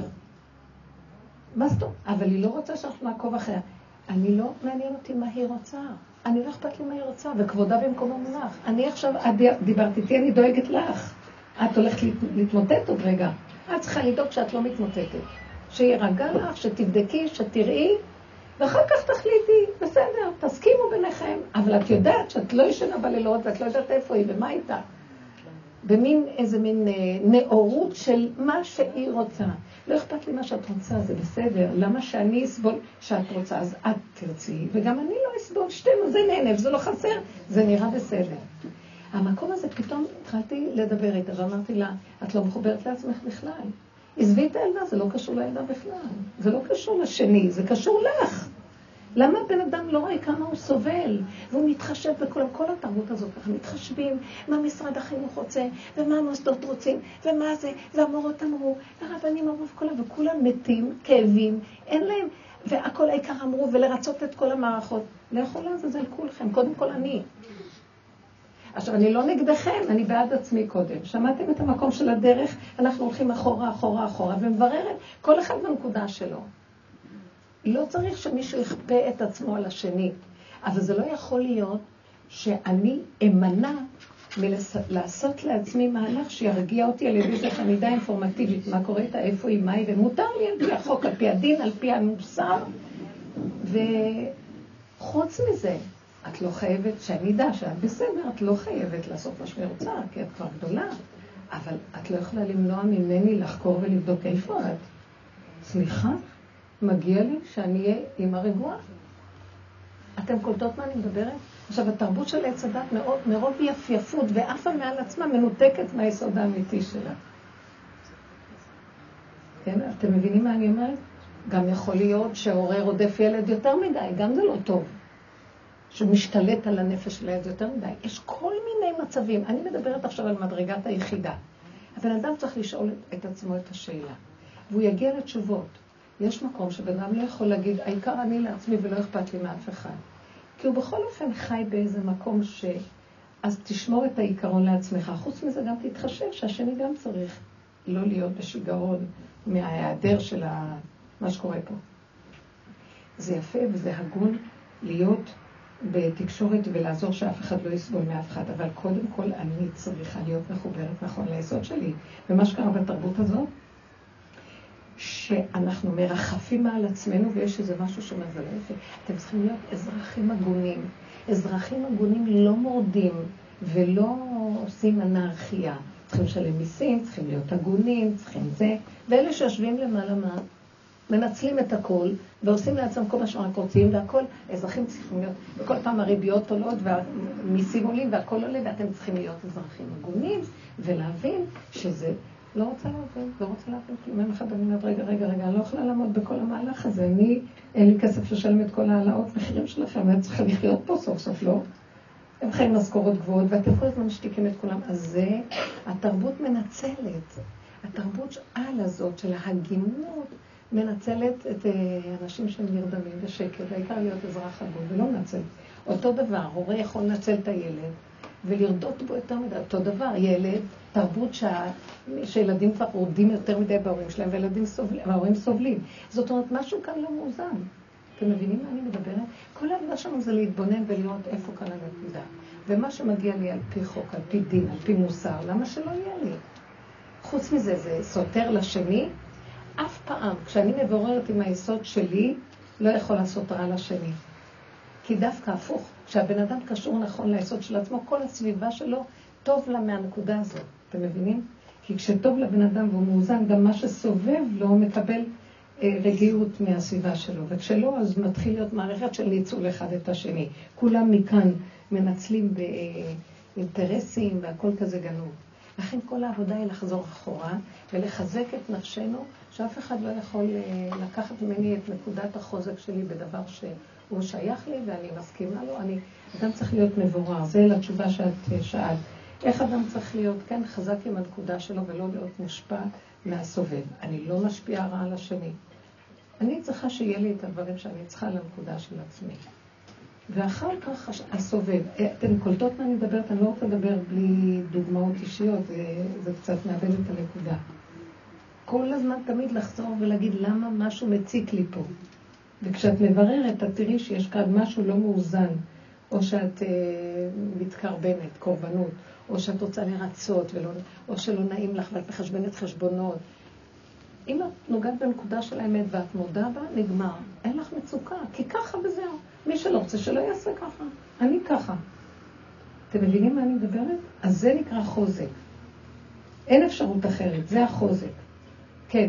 מה זאת אומרת? אבל היא לא רוצה שאנחנו נעקוב אחריה. אני לא מעניין אותי מה היא רוצה. אני לא אכפת לי מה היא רוצה, וכבודה במקומו מונח. אני עכשיו, את דיברת איתי, אני דואגת לך. את הולכת להתמוטט עוד רגע. את צריכה לדאוג שאת לא מתמוטטת. שירגע לך, שתבדקי, שתראי, ואחר כך תחליטי, בסדר, תסכימו ביניכם. אבל את יודעת שאת לא ישנה בלילות, ואת לא יודעת איפה היא ומה איתה. במין איזה מין נאורות של מה שהיא רוצה. לא אכפת לי מה שאת רוצה, זה בסדר. למה שאני אסבול שאת רוצה, אז את תרצי, וגם אני לא אסבול, שתינו, זה נהנה, וזה לא חסר, זה נראה בסדר. המקום הזה, פתאום התחלתי לדבר איתה, ואמרתי לה, את לא מחוברת לעצמך בכלל. עזבי את הילדה, זה לא קשור לילדה בכלל. זה לא קשור לשני, זה קשור לך. למה בן אדם לא רואה כמה הוא סובל? והוא מתחשב כל התרבות הזאת, ככה מתחשבים מה משרד החינוך רוצה, ומה המוסדות רוצים, ומה זה, והמורות אמרו, והרבנים אמרו, וכולם מתים, כאבים, אין להם, והכל העיקר אמרו, ולרצות את כל המערכות. לא יכולה לעזאזל כולכם, קודם כל אני. עכשיו, אני לא נגדכם, אני בעד עצמי קודם. שמעתם את המקום של הדרך? אנחנו הולכים אחורה, אחורה, אחורה, ומבררת כל אחד בנקודה שלו. לא צריך שמישהו יכפה את עצמו על השני, אבל זה לא יכול להיות שאני אמנע לעשות לעצמי מהלך שירגיע אותי על ידי זה שאני די אינפורמטיבית, מה קורה איתה, איפה היא, מה היא, ומותר לי על פי החוק, על פי הדין, על פי המוסר. וחוץ מזה, את לא חייבת, שאני אדע שאת בסדר, את לא חייבת לעשות מה שאני רוצה, כי את כבר גדולה, אבל את לא יכולה למנוע ממני לחקור ולבדוק איפה את. סליחה? מגיע לי שאני אהיה עם הרגועה. אתם קולטות מה אני מדברת? עכשיו, התרבות של עץ הדת מרוב יפייפות ואף מעל עצמה מנותקת מהיסוד האמיתי שלה. כן? אתם מבינים מה אני אומרת? גם יכול להיות שההורה רודף ילד יותר מדי, גם זה לא טוב. שהוא משתלט על הנפש של הילד יותר מדי. יש כל מיני מצבים. אני מדברת עכשיו על מדרגת היחידה. הבן אדם צריך לשאול את עצמו את השאלה. והוא יגיע לתשובות. יש מקום שבן אדם לא יכול להגיד, העיקר אני לעצמי ולא אכפת לי מאף אחד. כי הוא בכל אופן חי באיזה מקום אז תשמור את העיקרון לעצמך. חוץ מזה גם תתחשב שהשני גם צריך לא להיות בשיגעון מההיעדר של מה שקורה פה. זה יפה וזה הגון להיות בתקשורת ולעזור שאף אחד לא יסבול מאף אחד. אבל קודם כל אני צריכה להיות מחוברת נכון ליסוד שלי. ומה שקרה בתרבות הזאת, שאנחנו מרחפים מעל עצמנו ויש איזה משהו שאומר, זה לא יפה. אתם צריכים להיות אזרחים הגונים. אזרחים הגונים לא מורדים ולא עושים אנרכיה. צריכים לשלם מיסים, צריכים להיות הגונים, צריכים זה. ואלה שיושבים למעלה מנצלים את הכל ועושים לעצמם כל מה שרק רוצים והכל, אזרחים צריכים להיות, וכל פעם הריביות עולות והמיסים עולים והכל עולה ואתם צריכים להיות אזרחים הגונים ולהבין שזה לא רוצה להבין, כי יום אחד אני אומרת, רגע, אני לא יכולה לעמוד בכל המהלך הזה, אין לי כסף לשלם את כל העלאות מחירים שלכם, אני צריכה לחיות פה סוף סוף, לא? הם חיים משכורות גבוהות, ואתם כל הזמן משתיקים את כולם, אז זה, התרבות מנצלת, התרבות על הזאת של ההגינות, מנצלת את אנשים שהם נרדמים בשקט, העיקר להיות אזרח הגון, ולא מנצל. אותו דבר, הורה יכול לנצל את הילד, ולרדות בו יותר מדי. אותו דבר, ילד, תרבות שילדים כבר עובדים יותר מדי בהורים שלהם, וההורים סובלים. זאת אומרת, משהו כאן לא מאוזן. אתם מבינים מה אני מדברת? כל העבודה שלנו זה להתבונן ולראות איפה כאן הנקודה. ומה שמגיע לי על פי חוק, על פי דין, על פי מוסר, למה שלא יהיה לי? חוץ מזה, זה סותר לשני. אף פעם, כשאני מבוררת עם היסוד שלי, לא יכול לעשות רע לשני. כי דווקא הפוך, כשהבן אדם קשור נכון ליסוד של עצמו, כל הסביבה שלו טוב לה מהנקודה הזאת. אתם מבינים? כי כשטוב לבן אדם והוא מאוזן, גם מה שסובב לו מקבל רגיעות מהסביבה שלו. וכשלא, אז מתחיל להיות מערכת של ניצול אחד את השני. כולם מכאן מנצלים באינטרסים והכל כזה גנוב. לכן כל העבודה היא לחזור אחורה ולחזק את נפשנו, שאף אחד לא יכול לקחת ממני את נקודת החוזק שלי בדבר שהוא שייך לי ואני מסכימה לו. אדם צריך להיות מבורר. זה לתשובה שאת שאלת. איך אדם צריך להיות, כן, חזק עם הנקודה שלו ולא להיות מושפע מהסובב. אני לא משפיעה רע על השני. אני צריכה שיהיה לי את הדברים שאני צריכה לנקודה של עצמי. ואחר כך הסובב. אתן קולטות מה אני מדברת? אני לא רוצה לדבר בלי דוגמאות אישיות, זה קצת מאבד את הנקודה. כל הזמן תמיד לחזור ולהגיד למה משהו מציק לי פה. וכשאת מבררת, את תראי שיש כאן משהו לא מאוזן, או שאת מתקרבנת, קורבנות, או שאת רוצה לרצות, או שלא נעים לך ואת מחשבנת חשבונות. אם את נוגעת בנקודה של האמת ואת מודה בה, נגמר. אין לך מצוקה, כי ככה וזהו. מי שלא רוצה שלא יעשה ככה. אני ככה. אתם מבינים מה אני מדברת? אז זה נקרא חוזק. אין אפשרות אחרת, זה החוזק. כן.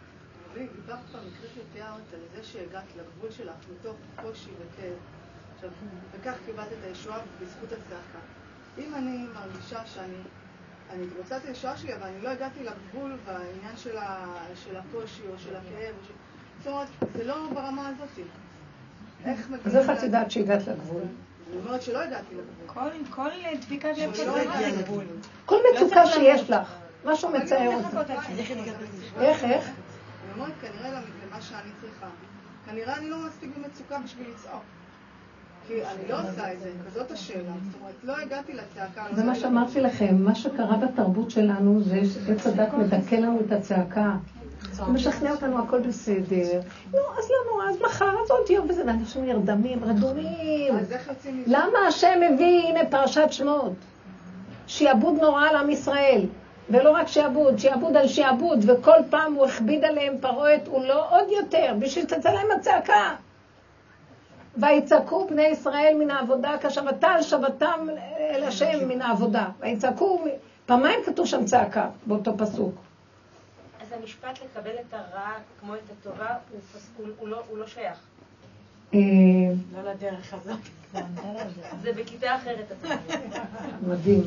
דיברת במקרה שתיארת על זה שהגעת לגבול שלך מתוך קושי וכאב. עכשיו, וכך קיבלת את הישועה בזכות הצעקה. אם אני מרגישה אני רוצה את הישועה שלי, אבל אני לא הגעתי לגבול בעניין של הקושי או של הכאב. זאת אומרת, זה לא ברמה הזאת. אז איך את יודעת שהגעת לגבול? אני אומרת שלא הגעתי לגבול. כל דפיקת לב שלא הגעתי לגבול. כל מצוקה שיש לך, משהו מצער אותך. איך? אני אומרת, כנראה למה שאני צריכה. כנראה אני לא מספיק במצוקה בשביל לצעוק. כי אני לא עושה את זה, כזאת השאלה. זאת אומרת, לא הגעתי לצעקה. זה מה שאמרתי לכם, מה שקרה בתרבות שלנו זה עץ הדת מדכא לנו את הצעקה. הוא משכנע אותנו, הכל בסדר. נו, אז לא נורא, אז מחר, אז עוד יום בזה. ואנשים נרדמים, רדומים. אז איך יוצאים מזה? למה השם מביא, הנה פרשת שמות? שיעבוד נורא על עם ישראל. ולא רק שיעבוד על שיעבוד. וכל פעם הוא הכביד עליהם פרעות, הוא לא עוד יותר, בשביל שתצא להם הצעקה. ויצעקו בני ישראל מן העבודה, כשבתה על שבתם אל השם מן העבודה. ויצעקו, פעמיים כתוב שם צעקה, באותו פסוק. אז המשפט לקבל את הרע כמו את הטובה, הוא לא שייך. לא לדרך הזאת. זה בכיתה אחרת. מדהים.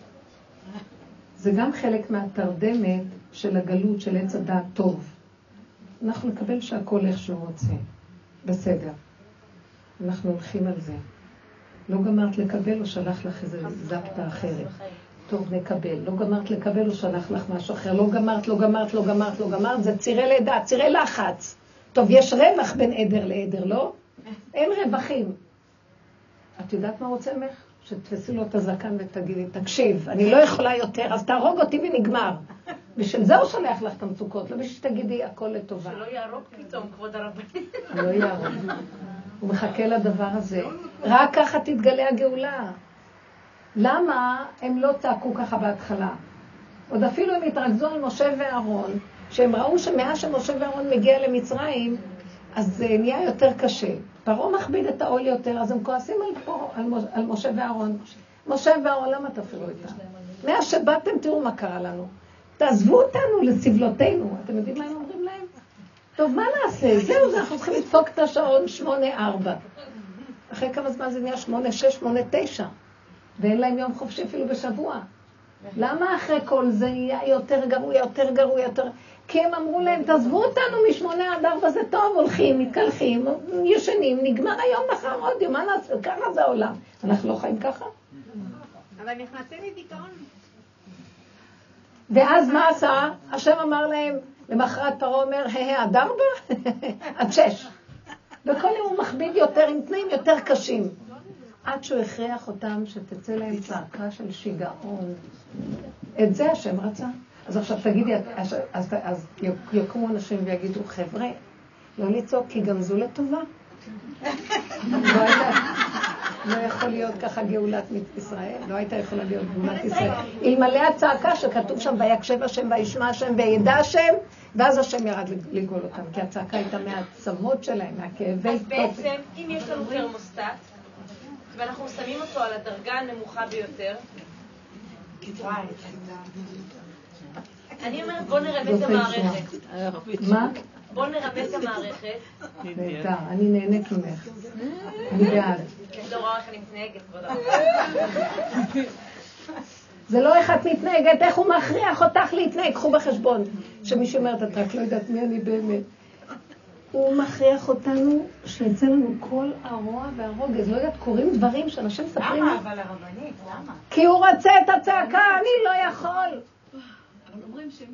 זה גם חלק מהתרדמת של הגלות של עץ הדעת טוב. אנחנו נקבל שהכל איך שהוא רוצה. בסדר. אנחנו הולכים על זה. לא גמרת לקבל או שלח לך איזה זפתה אחרת. טוב, נקבל. לא גמרת לקבל או שלח לך משהו אחר. לא גמרת. זה צירי לידה, צירי לחץ. טוב, יש רווח בין עדר לעדר, לא? אין רווחים. את יודעת מה רוצה ממך? שתפסי לו את הזקן ותגידי, תקשיב, אני לא יכולה יותר, אז תהרוג אותי ונגמר. בשביל זה הוא שולח לך את המצוקות, לא בשביל שתגידי הכל לטובה. שלא יהרוג פתאום, כבוד הרבנית. לא יהרוג. הוא מחכה לדבר הזה. רק ככה תתגלה הגאולה. למה הם לא צעקו ככה בהתחלה? עוד אפילו הם התרכזו על משה ואהרון, שהם ראו שמאז שמשה ואהרון מגיע למצרים, אז זה נהיה יותר קשה. פרעה מכביד את העול יותר, אז הם כועסים על משה ואהרון. משה ואהרון, למה תפרו איתם? מאז שבאתם, תראו מה קרה לנו. תעזבו אותנו לסבלותינו. אתם יודעים מה הם אומרים להם? טוב, מה נעשה? זהו, אנחנו צריכים לדפוק את השעון 8-4. אחרי כמה זמן זה נהיה 8-6, 8-9. ואין להם יום חופשי אפילו בשבוע. למה אחרי כל זה יהיה יותר גרוע? כי הם אמרו להם, תעזבו אותנו מ8-4, זה טוב, הולכים, מתקלחים, ישנים, נגמר היום מחר עוד יום, מה נעשה? ככה זה העולם. אנחנו לא חיים ככה? אבל נכנסים לדיכאון. ואז מה עשה? השם אמר להם, למחרת פרעה אומר, עד 4? עד 6. וכל יום הוא מכביד יותר עם תנאים יותר קשים. עד שהוא הכריח אותם שתצא להם צעקה של שיגעון. את זה השם רצה. אז עכשיו תגידי, אז יקומו אנשים ויגידו, חבר'ה, לא לצעוק כי גם זו לטובה. לא יכול להיות ככה גאולת ישראל, לא הייתה יכולה להיות גאולת ישראל. אלמלא הצעקה שכתוב שם, ויקשב השם וישמע השם וידע השם, ואז השם ירד לגאול אותם, כי הצעקה הייתה מהעצמות שלהם, מהכאבי. אז בעצם, אם יש לנו תרמוסטט, ואנחנו שמים אותו על הדרגה הנמוכה ביותר, אני אומרת, בוא נרבה את המערכת. מה? בוא נרבה את המערכת. נהדר, אני נהנית ממך. אני בעד. לא רואה איך אני מתנהגת, כבוד הרב. זה לא איך את מתנהגת, איך הוא מכריח אותך להתנהג. קחו בחשבון שמישהו אומרת, את רק לא יודעת מי אני באמת. הוא מכריח אותנו שיצא לנו כל הרוע והרוגז. לא יודעת, קוראים דברים שאנשים מספרים. למה? אבל הרבנית, למה? כי הוא רוצה את הצעקה, אני לא יכול. אבל אומרים שמי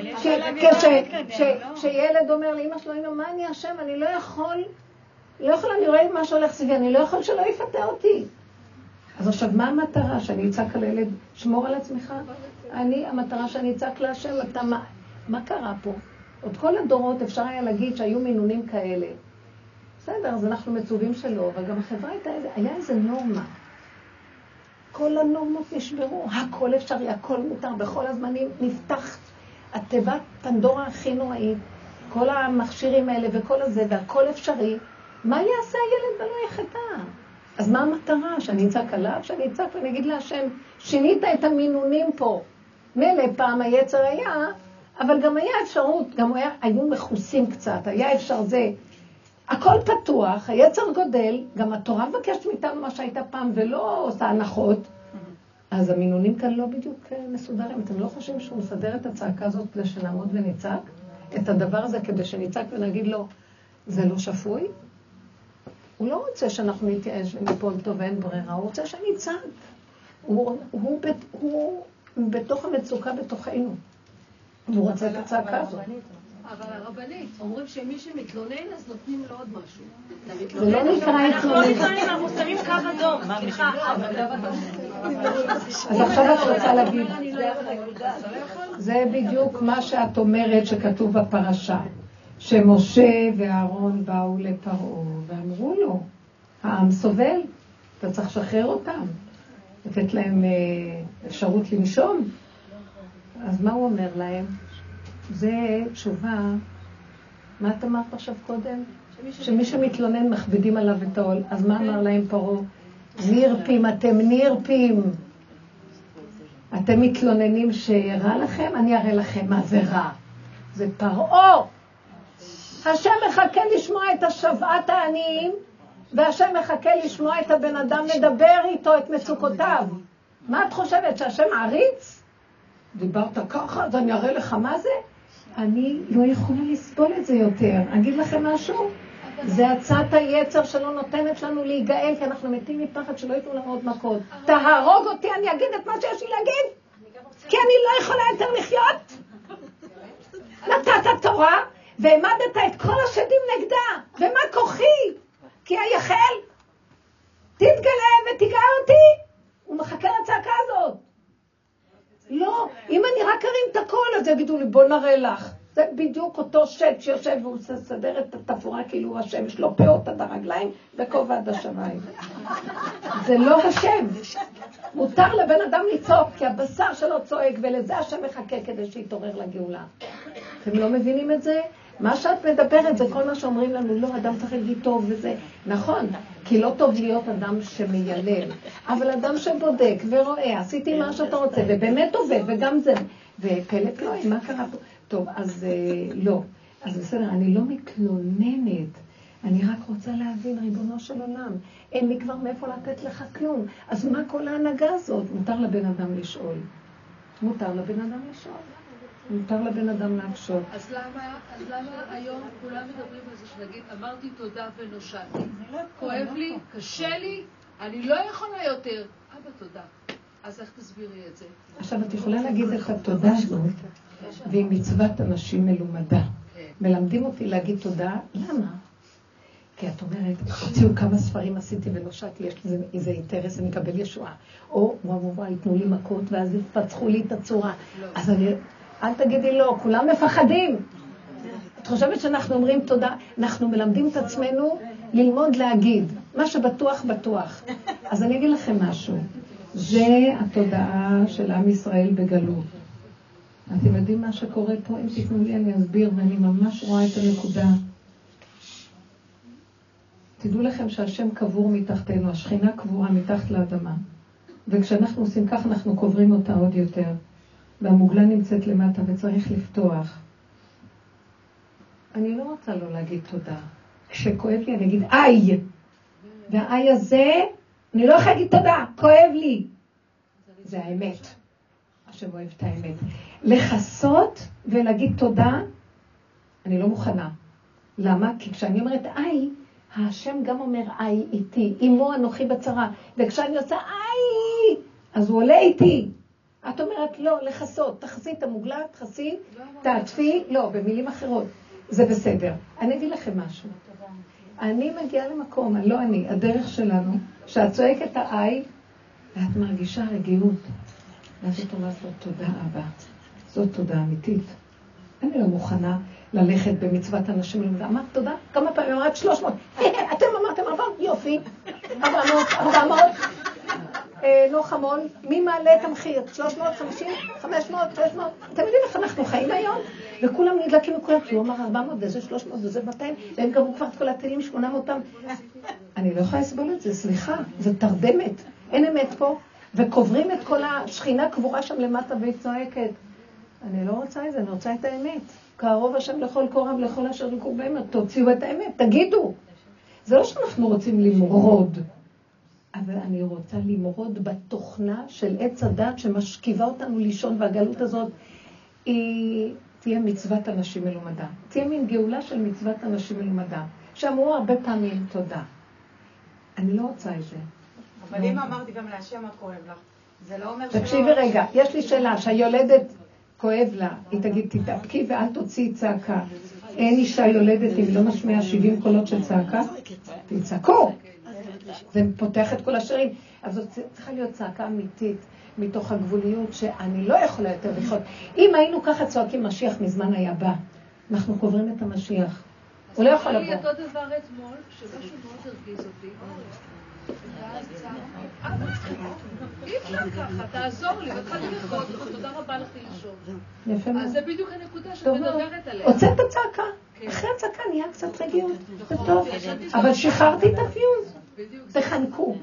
כשילד אומר לאמא שלו, אמא, מה אני השם? אני לא יכול, אני רואה מה שהולך סביבי, אני לא יכול שלא יפתה אותי. אז עכשיו, מה המטרה? שאני אצעק על הילד, שמור על עצמך? המטרה שאני אצעק להשם, מה קרה פה? עוד כל הדורות אפשר היה להגיד שהיו מינונים כאלה. בסדר, אז אנחנו מצווים שלו, אבל גם החברה היה איזה נורמה. כל הנורמות נשברו, הכל אפשרי, הכל מותר, בכל הזמנים נפתח התיבת פנדורה הכי נוראית, כל המכשירים האלה וכל הזה, והכל אפשרי. מה יעשה הילד ולא יחטא? אז מה המטרה? שאני אצעק עליו? שאני אצעק ואני אגיד להשם, שינית את המינונים פה. מלא פעם היצר היה, אבל גם היה אפשרות, גם היו מכוסים קצת, היה אפשר זה. הכל פתוח, היצר גודל, גם התורה מבקשת מאיתנו מה שהייתה פעם ולא עושה הנחות. אז המינונים כאן לא בדיוק מסודרים. אתם לא חושבים שהוא מסדר את הצעקה הזאת כדי שנעמוד ונצעק? את הדבר הזה כדי שנצעק ונגיד לו, זה לא שפוי? הוא לא רוצה שאנחנו נתייאש וניפול טוב ואין ברירה, הוא רוצה שנצעק. הוא בתוך המצוקה בתוכנו. והוא רוצה את הצעקה הזאת. אבל הרבנית, אומרים שמי שמתלונן אז נותנים לו עוד משהו. זה לא נקרא אנחנו לא התלונן. מתלוננים, אנחנו שמים קו אדום. סליחה. אז עכשיו את רוצה להגיד, זה בדיוק מה שאת אומרת שכתוב בפרשה, שמשה ואהרון באו לפרעה ואמרו לו, העם סובל, אתה צריך לשחרר אותם, לתת להם אפשרות לנשום. אז מה הוא אומר להם? זה תשובה, מה את אמרת עכשיו קודם? שמי שמתלונן מכבידים עליו את העול. אז מה אמר להם פרעה? נרפים, אתם נרפים. אתם מתלוננים שירע לכם? אני אראה לכם מה זה רע. זה פרעה. השם מחכה לשמוע את השוועת העניים, והשם מחכה לשמוע את הבן אדם לדבר איתו את מצוקותיו. מה את חושבת, שהשם עריץ? דיברת ככה, אז אני אראה לך מה זה? אני לא יכולה לסבול את זה יותר. אגיד לכם משהו? זה הצעת היצר שלא נותנת לנו להיגאל, כי אנחנו מתים מפחד שלא ייתנו לנו עוד מכות. תהרוג אותי, אני אגיד את מה שיש לי להגיד, כי אני לא יכולה יותר לחיות. נתת תורה, והעמדת את כל השדים נגדה, ומה כוחי? כי היחל, תתגלה ותיגע אותי. הוא מחכה לצעקה הזאת. לא, אם אני רק ארים את הכל, אז יגידו לי, בוא נראה לך. זה בדיוק אותו שד שיושב והוא סדר את התפורה כאילו השם, יש לו פאות עד הרגליים וכובע עד השמיים. זה לא השם. מותר לבן אדם לצעוק, כי הבשר שלו צועק, ולזה השם מחכה כדי שיתעורר לגאולה. אתם לא מבינים את זה? מה שאת מדברת זה כל מה שאומרים לנו, לא, אדם צריך להגיד טוב וזה. נכון, כי לא טוב להיות אדם שמיילל, אבל אדם שבודק ורואה, עשיתי מה שאתה רוצה, ובאמת עובד, וגם זה. ופלט לא, מה קרה פה? טוב, אז לא. אז בסדר, אני לא מתלוננת. אני רק רוצה להבין, ריבונו של עולם, אין לי כבר מאיפה לתת לך כלום. אז מה כל ההנהגה הזאת? מותר לבן אדם לשאול. מותר לבן אדם לשאול. מותר לבן אדם להקשות. אז למה היום כולם מדברים על זה שנגיד, אמרתי תודה ונושעתי. כואב לי, קשה לי, אני לא יכולה יותר. אבא, תודה. אז איך תסבירי את זה? עכשיו, את יכולה להגיד את התודה הזאת, והיא מצוות אנשים מלומדה. מלמדים אותי להגיד תודה, למה? כי את אומרת, הוציאו כמה ספרים עשיתי ונושעתי, יש לזה איזה אינטרס, אני אקבל ישועה. או, וואו, יתנו לי מכות, ואז יפצחו לי את הצורה. אז אני... אל תגידי לא, כולם מפחדים. את חושבת שאנחנו אומרים תודה, אנחנו מלמדים את עצמנו ללמוד להגיד, מה שבטוח בטוח. אז אני אגיד לכם משהו, זה התודעה של עם ישראל בגלות. אתם יודעים מה שקורה פה? אם תתנו לי אני אסביר, ואני ממש רואה את הנקודה. תדעו לכם שהשם קבור מתחתנו, השכינה קבורה מתחת לאדמה. וכשאנחנו עושים כך אנחנו קוברים אותה עוד יותר. והמוגלה נמצאת למטה וצריך לפתוח. אני לא רוצה לא להגיד תודה. כשכואב לי אני אגיד איי. והאיי הזה, אני לא יכולה להגיד תודה, כואב לי. זה האמת. השם אוהב את האמת. לחסות ולהגיד תודה, אני לא מוכנה. למה? כי כשאני אומרת איי, השם גם אומר איי איתי. אמו אנוכי בצרה. וכשאני עושה איי, אז הוא עולה איתי. את אומרת לא, לחסות, תחסי את המוגלה, תחסי, תעטפי, לא, במילים אחרות. זה בסדר. אני אגיד לכם משהו. אני מגיעה למקום, לא אני, הדרך שלנו, שאת צועקת את האי, ואת מרגישה רגיעות. ואז את אומרת לו, תודה אבא. זאת תודה אמיתית. אני לא מוכנה ללכת במצוות אנשים ללמודה. אמרת תודה? כמה פעמים אמרת 300. אתם אמרתם 400, יופי. 400. לא חמול, מי מעלה את המחיר? 350, 500, 600? אתם יודעים איך אנחנו חיים היום? וכולם נדלקים מכולם, כי הוא אמר 400 וזה 300 וזה 200, והם גבו כבר את כל הטילים 800. אני לא יכולה לסבול את זה, סליחה, זה תרדמת, אין אמת פה, וקוברים את כל השכינה קבורה שם למטה והיא צועקת. אני לא רוצה את זה, אני רוצה את האמת. קרוב השם לכל קורב, לכל אשר לקורבם, תוציאו את האמת, תגידו. זה לא שאנחנו רוצים למרוד. אבל אני רוצה למרוד בתוכנה של עץ הדת שמשכיבה אותנו לישון, והגלות הזאת היא תהיה מצוות אנשים מלומדה. תהיה מין גאולה של מצוות אנשים מלומדה. שאמרו הרבה פעמים תודה. אני לא רוצה את זה. אבל אם אמרתי גם להשם מה כואב לך, זה לא אומר שלא... תקשיבי רגע, יש לי שאלה, שהיולדת כואב לה, היא תגיד תתאפקי ואל תוציאי צעקה. אין אישה יולדת אם לא משמיעה 70 קולות של צעקה, תצעקו. זה פותח את כל השירים. אז זאת צריכה להיות צעקה אמיתית מתוך הגבוליות שאני לא יכולה יותר לחיות. אם היינו ככה צועקים משיח מזמן היה בא, אנחנו קוברים את המשיח. הוא לא יכול לבוא. היה לי אותו דבר אתמול, שמשהו מאוד הרגיז אותי. אי אפשר ככה, תעזור לי, והתחלתי לרקוד, תודה רבה לך לישון. יפה מאוד. אז זה בדיוק הנקודה שאת מדברת עליה. הוצאת הצעקה. אחרי הצעקה נהיה קצת רגיעות. זה טוב. אבל שחררתי את הפיוז. תחנקו.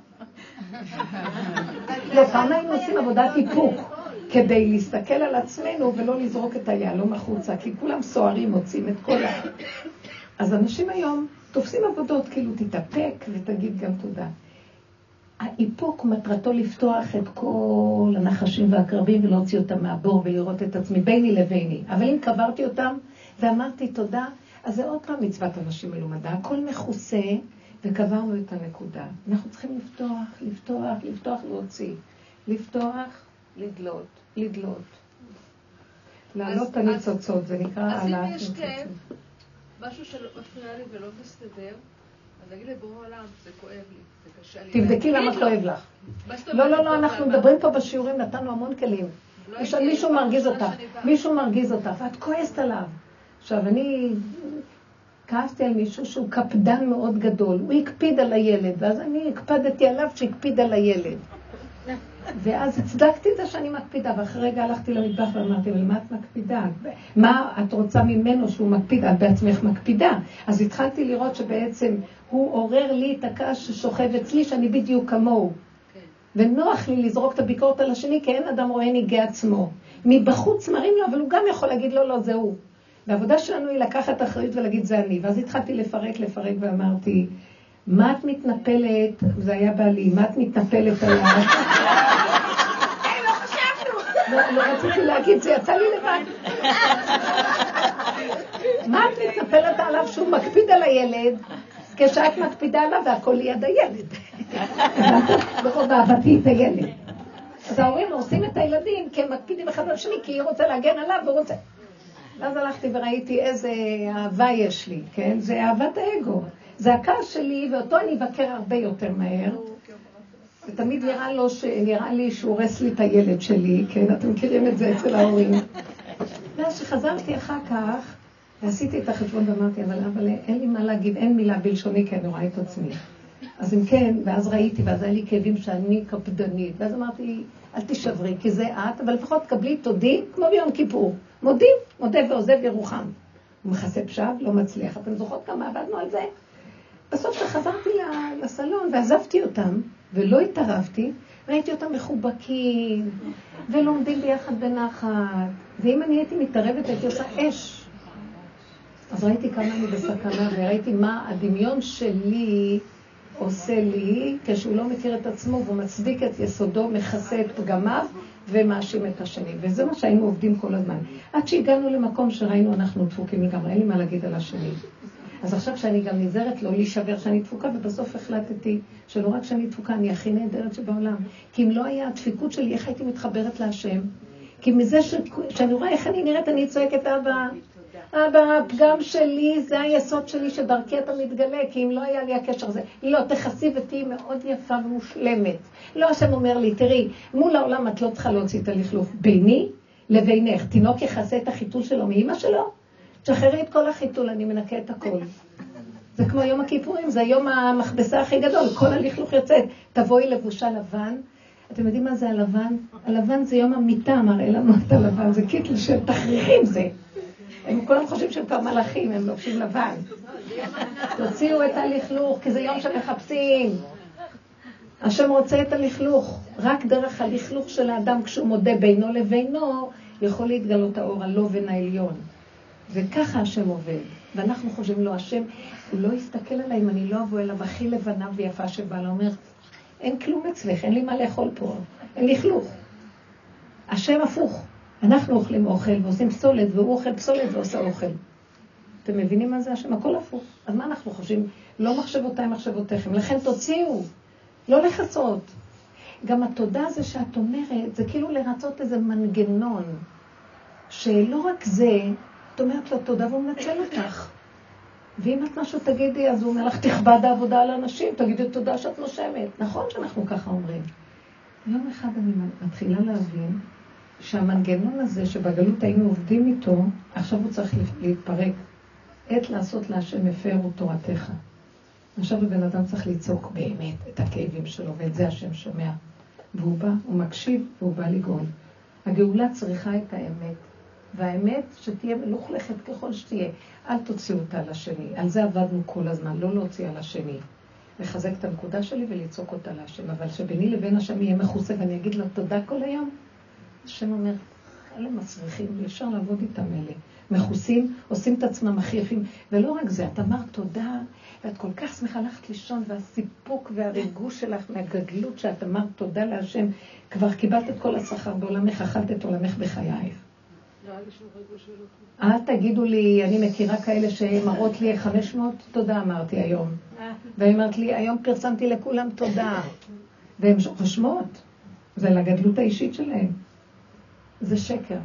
לא, פעם היינו עושים עבודת איפוק כדי להסתכל על עצמנו ולא לזרוק את היהלום החוצה, כי כולם סוערים מוצאים את כל אז אנשים היום תופסים עבודות, כאילו תתאפק ותגיד גם תודה. האיפוק מטרתו לפתוח את כל הנחשים והקרבים ולהוציא אותם מהבור ולראות את עצמי ביני לביני. אבל אם קברתי אותם ואמרתי תודה, אז זה עוד פעם מצוות אנשים מלומדה. הכל מכוסה וקברנו את הנקודה. אנחנו צריכים לפתוח, להוציא. לפתוח, לדלות. לעלות את הניצוצות, זה נקרא העלאת ניצוצות. אז אם יש כאב, משהו שמפריע לי ולא מסתדר, אז תגיד לי, בורא עולם, זה כואב לי, זה קשה לי. תבדקי למה כואב לך. לא, אנחנו מדברים פה בשיעורים, נתנו המון כלים. עכשיו מישהו מרגיז אותך, ואת כועסת עליו. עכשיו אני כעסתי על מישהו שהוא קפדן מאוד גדול, הוא הקפיד על הילד, ואז אני הקפדתי עליו שהקפיד על הילד. ואז הצדקתי את זה שאני מקפידה, ואחרי רגע הלכתי למטבח ואמרתי, אבל מה את מקפידה? מה את רוצה ממנו שהוא מקפיד? את בעצמך מקפידה. אז התחלתי לראות שבעצם הוא עורר לי את הכעס ששוכב אצלי, שאני בדיוק כמוהו. ונוח לי לזרוק את הביקורת על השני, כי אין אדם רואה ניגי עצמו. מבחוץ מראים לו, אבל הוא גם יכול להגיד, לא, זה הוא. והעבודה שלנו היא לקחת אחריות ולהגיד, זה אני. ואז התחלתי לפרק ואמרתי, מה את מתנפלת? זה היה בעלי, מה את מתנפלת עליו? לא חשבנו. לא רציתי להגיד, זה יצא לי לבד. מה את מתנפלת עליו שהוא מקפיד על הילד, כשאת מקפידה עליו והכל ליד הילד? מאוד אהבתי את הילד. אז ההורים עושים את הילדים כי הם מקפידים אחד על שני, כי היא רוצה להגן עליו והוא רוצה. אז הלכתי וראיתי איזה אהבה יש לי, כן? זה אהבת האגו. זה הכעס שלי, ואותו אני אבקר הרבה יותר מהר. ותמיד נראה לי שהוא הורס לי את הילד שלי, כן? אתם מכירים את זה אצל ההורים. ואז שחזרתי אחר כך, ועשיתי את החשבון ואמרתי, אבל אין לי מה להגיד, אין מילה בלשוני, כי אני רואה את עצמי. אז אם כן, ואז ראיתי, ואז היה לי כאבים שאני קפדנית. ואז אמרתי, אל תשברי, כי זה את, אבל לפחות קבלי תודי, כמו ביום כיפור. מודה ועוזב ירוחם. הוא מכסה פשב, לא מצליח. אתם זוכרות כמה עבדנו על זה? בסוף שחזרתי לסלון ועזבתי אותם, ולא התערבתי, ראיתי אותם מחובקים, ולומדים ביחד בנחת. ואם אני הייתי מתערבת, הייתי עושה אש. אז ראיתי כמה אני בסכנה, וראיתי מה הדמיון שלי עושה לי, כשהוא לא מכיר את עצמו, והוא מצדיק את יסודו, מכסה את פגמיו, ומאשים את השני. וזה מה שהיינו עובדים כל הזמן. עד שהגענו למקום שראינו אנחנו דפוקים לגמרי, אין לי מה להגיד על השני. אז עכשיו שאני גם נזהרת לא להישבר שאני דפוקה, ובסוף החלטתי שלא רק שאני דפוקה, אני הכי נהדרת שבעולם. כי אם לא היה הדפיקות שלי, איך הייתי מתחברת להשם? כי מזה שאני רואה איך אני נראית, אני צועקת, אבא, הפגם שלי, זה היסוד שלי שדרכי אתה מתגלה, כי אם לא היה לי הקשר הזה, לא, תחסי ותהי מאוד יפה ומושלמת. לא, השם אומר לי, תראי, מול העולם את לא צריכה להוציא את הלכלוך ביני לבינך. תינוק יחסה את החיתול שלו מאמא שלו, תשחררי את כל החיתול, אני מנקה את הכל. זה כמו יום הכיפורים, זה יום המכבסה הכי גדול, כל הלכלוך יוצאת. תבואי לבושה לבן. אתם יודעים מה זה הלבן? הלבן זה יום המיטה, מראה לנו את הלבן, זה קיטל של תכריכים זה. הם כולם חושבים שהם כבר מלאכים, הם לובשים לבן. תוציאו את הלכלוך, כי זה יום שמחפשים. השם רוצה את הלכלוך. רק דרך הלכלוך של האדם, כשהוא מודה בינו לבינו, יכול להתגלות האור הלובן העליון. וככה השם עובד. ואנחנו חושבים לו, השם, הוא לא יסתכל עליי אם אני לא אבוא אליו הכי לבנה ויפה שבא. הוא אומר, אין כלום אצלך, אין לי מה לאכול פה, אין לי חלוך. השם הפוך, אנחנו אוכלים אוכל ועושים פסולת, והוא אוכל פסולת ועושה אוכל. אתם מבינים מה זה השם? הכל הפוך. אז מה אנחנו חושבים? לא מחשבותיי, מחשבותיכם. לכן תוציאו, לא לחסות. גם התודה הזה שאת אומרת, זה כאילו לרצות איזה מנגנון, שלא רק זה, את אומרת לו תודה והוא מנצל אותך. ואם את משהו תגידי, אז הוא אומר לך, תכבד העבודה על האנשים, תגידי תודה שאת נושמת. נכון שאנחנו ככה אומרים. יום אחד אני מתחילה להבין שהמנגנון הזה שבגלות היינו עובדים איתו, עכשיו הוא צריך להתפרק. עת לעשות להשם הפרו תורתך. עכשיו הבן אדם צריך לצעוק באמת את הכאבים שלו, ואת זה השם שומע. והוא בא, הוא מקשיב, והוא בא לגאול. הגאולה צריכה את האמת. והאמת שתהיה מלוכלכת ככל שתהיה. אל תוציאו אותה לשני. על זה עבדנו כל הזמן, לא להוציא על השני. לחזק את הנקודה שלי ולצעוק אותה להשם. אבל שביני לבין השם יהיה מכוסה, ואני אגיד לו תודה כל היום. השם אומר, אלה מסריחים, אפשר לעבוד איתם אלה. מכוסים, עושים את עצמם הכי יפים. ולא רק זה, את אמרת תודה, ואת כל כך שמחה ללכת לישון, והסיפוק והריגוש שלך מהגדלות שאת אמרת תודה להשם, כבר קיבלת את כל השכר בעולמך, אכלת את עולמך בחייך. אל תגידו לי, אני מכירה כאלה שמראות לי 500 תודה אמרתי היום. והיא אמרת לי, היום פרסמתי לכולם תודה. והן חושמות. זה לגדלות האישית שלהם. זה שקר.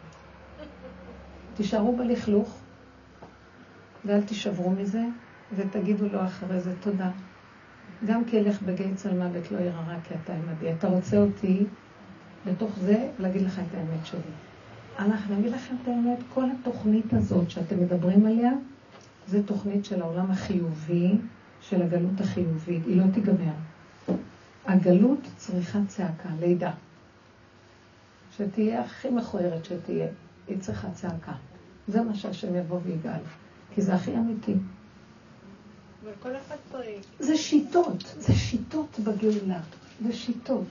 תישארו בלכלוך, ואל תישברו מזה, ותגידו לו אחרי זה תודה. גם כי אלך בגיא צל מוות לא ירא כי אתה עמדי. אתה רוצה אותי בתוך זה, להגיד לך את האמת שלי. אנחנו נגיד לכם את האמת, כל התוכנית הזאת שאתם מדברים עליה, זה תוכנית של העולם החיובי, של הגלות החיובית. היא לא תיגמר. הגלות צריכה צעקה, לידה. שתהיה הכי מכוערת שתהיה. היא צריכה צעקה. זה מה שהשם יבוא ויגאל. כי זה הכי אמיתי. וכל אחד צריך. זה שיטות. זה שיטות בגאולה. זה שיטות.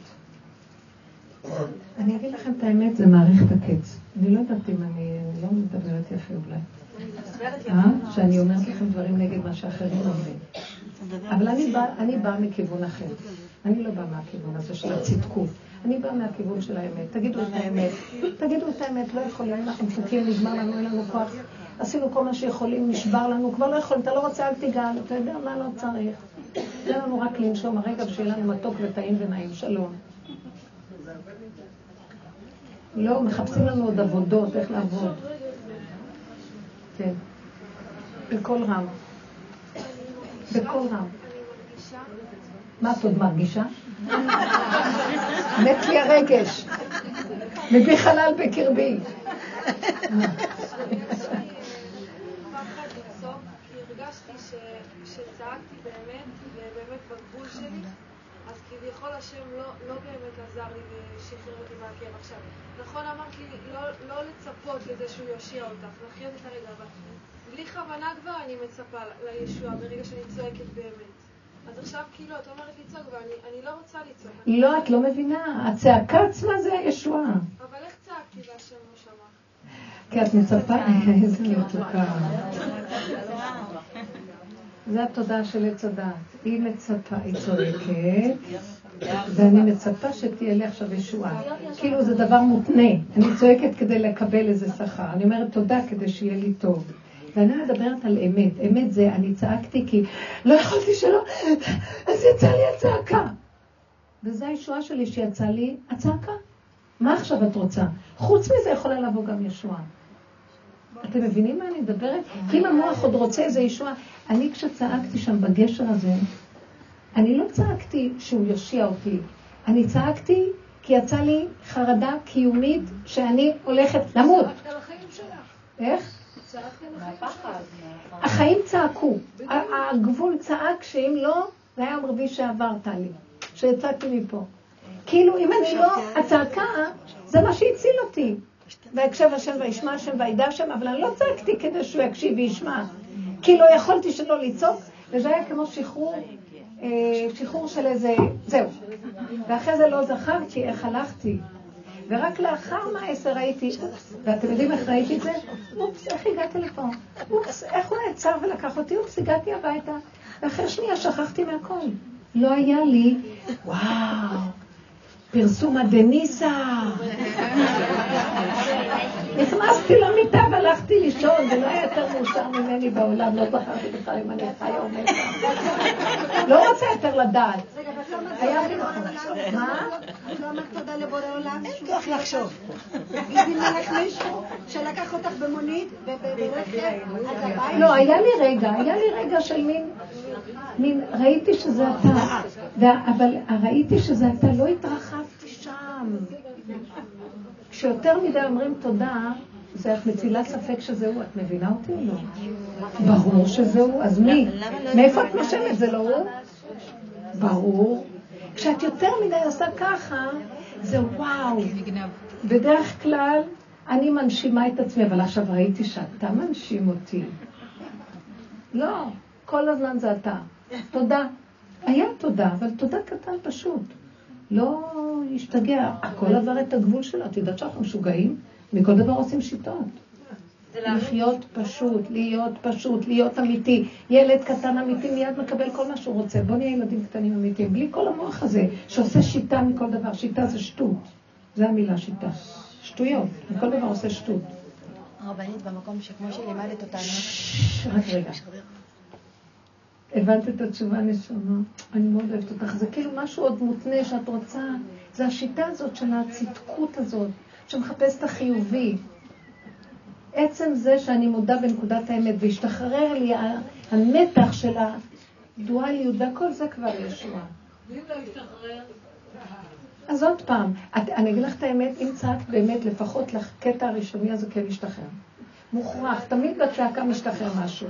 אני אגיד לכם את האמת, זה מעריך את הקץ. אני לא יודעת אם אני לא מדברת יפה אולי. שאני אומרת לכם דברים נגד מה שאחרים אומרים. אבל אני באה מכיוון אחר. אני לא באה מהכיוון הזה של הצדקות. אני באה מהכיוון של האמת. תגידו את האמת. תגידו את האמת, לא יכולים, אנחנו דפוקים, נגמר לנו, אין לנו כוח. עשינו כל מה שיכולים, נשבר לנו, כבר לא יכולים, אתה לא רוצה, אל תיגל, אתה יודע מה לא צריך. זה לנו רק לנשום הרגע שיהיה לנו מתוק וטעים ונעים, שלום. לא, מחפשים לנו עוד עבודות, איך לעבוד. כן. בכל רם. בכל רם. מה את עוד מרגישה? מת לי הרגש. מביא חלל בקרבי. הרגשתי שצעקתי באמת, ובאמת בגבול שלי, אז כביכול השם לא באמת עזר לי ושחרר אותי מהכאב. עכשיו, נכון אמרת לי לא לצפות לזה שהוא יושיע אותך, לחיות את הרגע, אבל בלי כוונה כבר אני מצפה לישוע ברגע שאני צועקת באמת. אז עכשיו כאילו את אומרת לצעוק, ואני לא רוצה לצעוק. לא, את לא מבינה, הצעקה עצמה זה הישועה. אבל איך צעקתי והשם לא שמע? כי את מצפה, איזה מתוקה. זה התודעה של עץ הדעת. היא מצפה, היא צועקת, ואני מצפה שתהיה לי עכשיו ישועה. כאילו זה דבר מותנה. אני צועקת כדי לקבל איזה שכר. אני אומרת תודה כדי שיהיה לי טוב. ואני מדברת על אמת. אמת זה, אני צעקתי כי לא יכולתי שלא, אז יצא לי הצעקה. וזו הישועה שלי שיצא לי הצעקה. מה עכשיו את רוצה? חוץ מזה יכולה לבוא גם ישועה. אתם מבינים מה אני מדברת? כי אם המוח עוד רוצה איזה ישועה, אני כשצעקתי שם בגשר הזה, אני לא צעקתי שהוא יושיע אותי. אני צעקתי כי יצא לי חרדה קיומית שאני הולכת למות. צעקת על החיים שלך. איך? צעקת על החיים שלך. החיים צעקו. הגבול צעק שאם לא, זה היה מרבי שעברת לי. שיצאתי מפה. כאילו אם אני לא, הצעקה זה מה שהציל אותי. ויקשב השם וישמע השם וידע השם, אבל אני לא צעקתי כדי שהוא יקשיב וישמע. כי לא יכולתי שלא לצעוק, וזה היה כמו שחרור של איזה, זהו. ואחרי זה לא זכרתי איך הלכתי. ורק לאחר מעשר ראיתי, ואתם יודעים איך ראיתי את זה? אופס, איך הגעתי לפה? אופס, איך הוא נעצר ולקח אותי? אופס, הגעתי הביתה. ואחרי שנייה שכחתי מהכל. לא היה לי וואו, פרסום הדניסה. נכנסתי למיטה והלכתי לישון, ולא היה יותר מאושר ממני בעולם, לא זכרתי בכלל אם אני חיה או מתה. לא רוצה יותר לדעת. היה לי נכון. מה? את לא אמרת תודה לבורא עולם? אין כוח לחשוב. הזמין לך מישהו שלקח אותך במונית וברכב עד הבית? לא, היה לי רגע של מין, ראיתי שזה אתה, אבל ראיתי שזה אתה, לא התרחבתי שם. כשיותר מדי אומרים תודה, זה את מצילה ספק שזהו, את מבינה אותי או לא? ברור שזהו, אז מי? מאיפה את נושמת? זה לא הוא? ברור. כשאת יותר מדי עושה ככה, זה וואו. בדרך כלל אני מנשימה את עצמי, אבל עכשיו ראיתי שאתה מנשים אותי. לא, כל הזמן זה אתה. תודה. היה תודה, אבל תודה קטן פשוט. לא ישתגע. הכל עבר את הגבול שלה. את יודעת שאנחנו משוגעים? מכל דבר עושים שיטות. לחיות פשוט, להיות פשוט, להיות אמיתי. ילד קטן אמיתי מיד מקבל כל מה שהוא רוצה. בוא נהיה ילדים קטנים אמיתיים. בלי כל המוח הזה שעושה שיטה מכל דבר. שיטה זה שטות. זה המילה שיטה. שטויות. מכל דבר עושה שטות. הרבנית במקום שכמו שלימדת אותנו. רק רגע. הבנת את התשובה נשמה. אני מאוד אוהבת אותך. זה כאילו משהו עוד מותנה שאת רוצה. זה השיטה הזאת של הצדקות הזאת. שמחפש את החיובי. עצם זה שאני מודה בנקודת האמת והשתחרר לי המתח של הדואליות והכל זה כבר ישוע. ואם לא ישתחרר? אז עוד פעם, אני אגיד לך את האמת, אם צעקת באמת לפחות לקטע הראשוני הזה כן ישתחרר. מוכרח, תמיד בצעקה משתחרר משהו.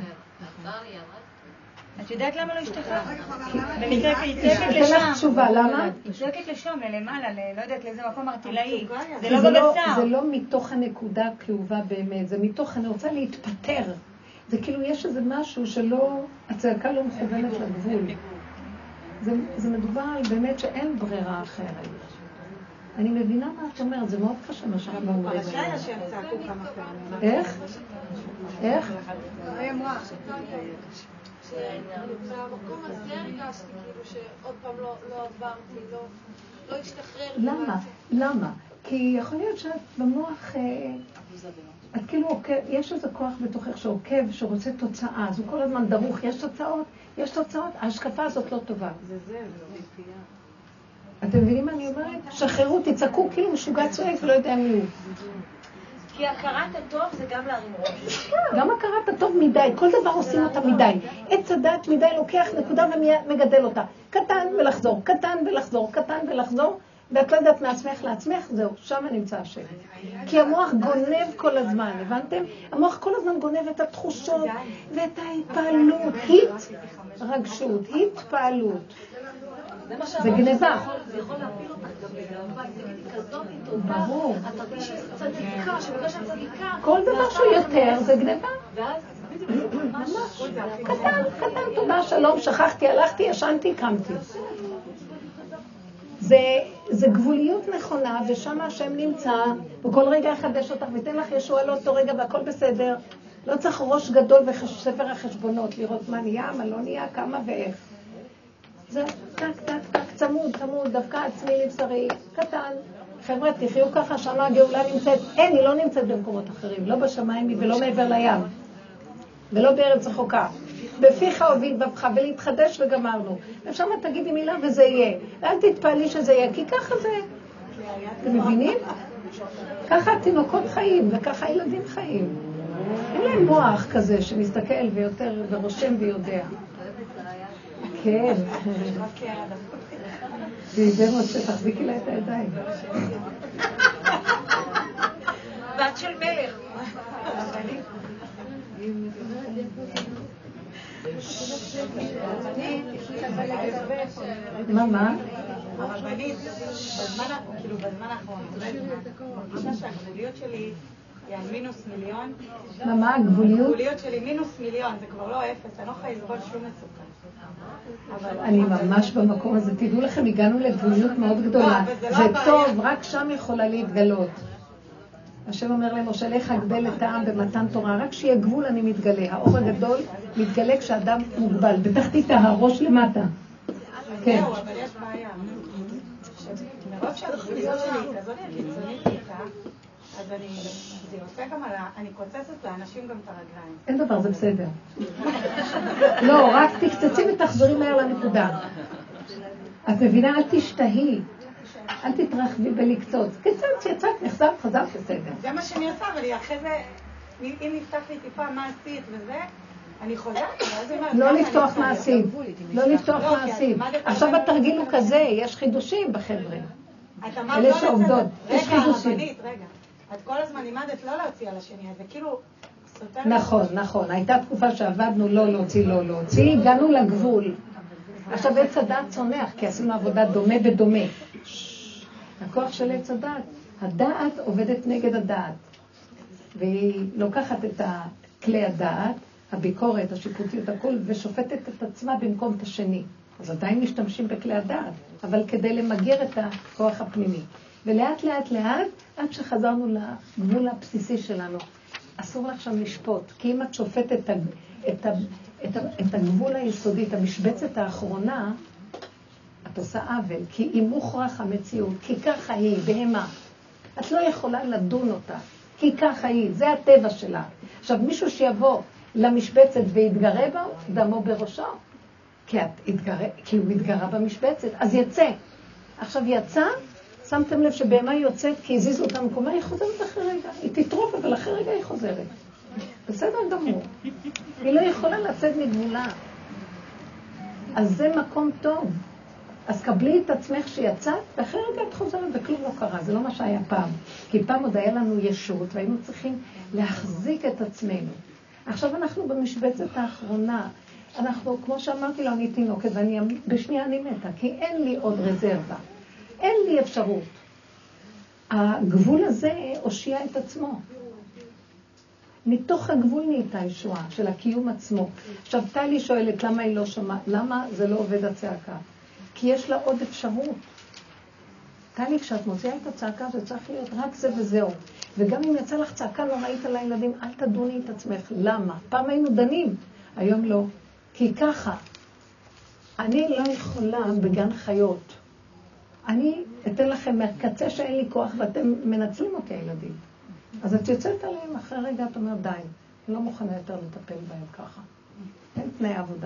את יודעת למה לא השתחרר? במקרה כי היא צועקת לשם. אתן לך תשובה, למה? היא צועקת לשם, ללמעלה, לא יודעת לאיזה מקום ארטילאי. זה לא בבשר. זה לא מתוך הנקודה הכאובה באמת, זה מתוך, אני רוצה להתפטר. זה כאילו יש איזה משהו שלא, הצעקה לא מכוונת לגבול. זה מדובר על באמת שאין ברירה אחרת. אני מבינה מה את אומרת, זה מאוד קשה מה שאנחנו אומרים. בפרשה שהם צעקו כמה פעמים. איך? איך? היא אמרה. מהמקום הזה הרגשתי כאילו שעוד פעם לא עברתי, לא השתחרר. למה? למה? כי יכול להיות שאת במוח, את כאילו, יש איזה כוח בתוכך שעוקב, שרוצה תוצאה, אז הוא כל הזמן דרוך, יש תוצאות, ההשקפה הזאת לא טובה. זה. אתם מבינים מה אני אומרת? שחררו, תצעקו כאילו משוגע צועק ולא יודע מי הוא. כי הכרת הטוב זה גם להרים ראש. גם הכרת הטוב מדי, כל דבר עושים אותה מדי. עץ הדת מדי לוקח נקודה ומגדל אותה. קטן ולחזור, קטן ולחזור, קטן ולחזור, ואת לא יודעת מעצמך לעצמך, זהו, שם נמצא השם. כי המוח גונב כל הזמן, הבנתם? המוח כל הזמן גונב את התחושות ואת ההתפעלות, התרגשות, התפעלות. זה גניבה. זה יכול להפיל אותך גם בגאווה, אם תגידי כזאת תודה, ברור. את תרגישי צדיקה, שבגלל שאת צדיקה. כל דבר שהוא יותר זה גניבה. ואז בדיוק ממש קטן, תודה, שלום, שכחתי, הלכתי, ישנתי, קמתי. זה גבוליות נכונה, ושם השם נמצא, וכל רגע יחדש אותך, ותן לך ישוע לאותו רגע, והכל בסדר. לא צריך ראש גדול וספר החשבונות, לראות מה נהיה, מה לא נהיה, כמה ואיך. זה טק, צמוד, דווקא עצמי לבשרי, קטן. חבר'ה, תחיו ככה, שמה הגאולה נמצאת, אין, היא לא נמצאת במקומות אחרים, לא בשמיים ולא מעבר לים, ולא בארץ רחוקה. בפיך הוביל בבך, ולהתחדש וגמרנו. ושם תגידי מילה וזה יהיה. ואל תתפעלי שזה יהיה, כי ככה זה. אתם מבינים? ככה התינוקות חיים, וככה הילדים חיים. אין להם מוח כזה שמסתכל ויותר ורושם ויודע. כן. ויבר משה, תחזיקי לה את הידיים. בת של מלך. מה? הרבנית, בזמן האחרון, מרגישה שהגבוליות שלי היא על מינוס מיליון. מה, הגבוליות? הגבוליות שלי מינוס מיליון, זה כבר לא אפס, אני לא יכולה לסבול שום מצוקה. אני ממש במקום הזה, תדעו לכם, הגענו לגבוליות מאוד גדולה. זה טוב, רק שם יכולה להתגלות. השם אומר למשה, לך הגבל את העם במתן תורה, רק שיהיה גבול אני מתגלה. האור הגדול מתגלה כשאדם מוגבל, בתחתית הראש למטה. כן. זהו, אבל יש בעיה. מרוב שהגבוליות שלי היא כזאת קיצונית איתה, אז זה יוצא גם אני קוצצת לאנשים גם את הרגליים. אין דבר, זה בסדר. לא, רק תקצצי ותחזרי מהר לנקודה. את מבינה? אל תשתהי. אל תתרחבי בלקצוץ. קצת, יצאת, נחזרת, חזרת, בסדר. זה מה שאני עושה, אבל אחרי זה, אם נפתח לי טיפה מה עשית וזה, אני חוזרת. לא לפתוח מעשים. לא לפתוח מעשים. עכשיו התרגיל הוא כזה, יש חידושים בחבר'ה. אלה שעובדות. יש חידושים. רגע. את כל הזמן לימדת לא להוציא על השני, אז זה כאילו סותר. נכון, נכון. הייתה תקופה שעבדנו לא להוציא, הגענו לגבול. עכשיו עץ הדעת צונח, כי עשינו עבודה דומה בדומה. הכוח של עץ הדעת, הדעת עובדת נגד הדעת. והיא לוקחת את כלי הדעת, הביקורת, השיפוטיות, הכל, ושופטת את עצמה במקום את השני. אז עדיין משתמשים בכלי הדעת, אבל כדי למגר את הכוח הפנימי. ולאט לאט לאט, עד שחזרנו לגבול הבסיסי שלנו, אסור לך שם לשפוט, כי אם את שופטת את הגבול היסודי, את המשבצת האחרונה, את עושה עוול, כי היא מוכרח המציאות, כי ככה היא, בהמה. את לא יכולה לדון אותה, כי ככה היא, זה הטבע שלה. עכשיו, מישהו שיבוא למשבצת ויתגרה בה, דמו בראשו, כי הוא מתגרה במשבצת, אז יצא. עכשיו יצא, שמתם לב שבהמה יוצאת, כי הזיזו אותה מקומה, היא חוזרת אחרי רגע. היא תטרוף, אבל אחרי רגע היא חוזרת. בסדר גמור. היא לא יכולה לצאת מגבולה. אז זה מקום טוב. אז קבלי את עצמך שיצאת, ואחרי רגע את חוזרת וכלום לא קרה. זה לא מה שהיה פעם. כי פעם עוד היה לנו ישות, והיינו צריכים להחזיק את עצמנו. עכשיו אנחנו במשבצת האחרונה. אנחנו, כמו שאמרתי לו, אני תינוקת, בשנייה אני מתה, כי אין לי עוד רזרבה. אין לי אפשרות. הגבול הזה הושיע את עצמו. מתוך הגבול נהייתה ישועה של הקיום עצמו. עכשיו, טלי שואלת למה היא לא שומעת, למה זה לא עובד הצעקה? כי יש לה עוד אפשרות. טלי, כשאת מוציאה את הצעקה, זה צריך להיות רק זה וזהו. וגם אם יצא לך צעקה לא ראית על הילדים, אל תדוני את עצמך. למה? פעם היינו דנים, היום לא. כי ככה, אני לא יכולה בגן חיות. אני אתן לכם מהקצה שאין לי כוח ואתם מנצלים אותי הילדים. אז את יוצאת עליהם, אחרי רגע את אומרת די, אני לא מוכנה יותר לטפל בהם ככה. אין תנאי עבודה.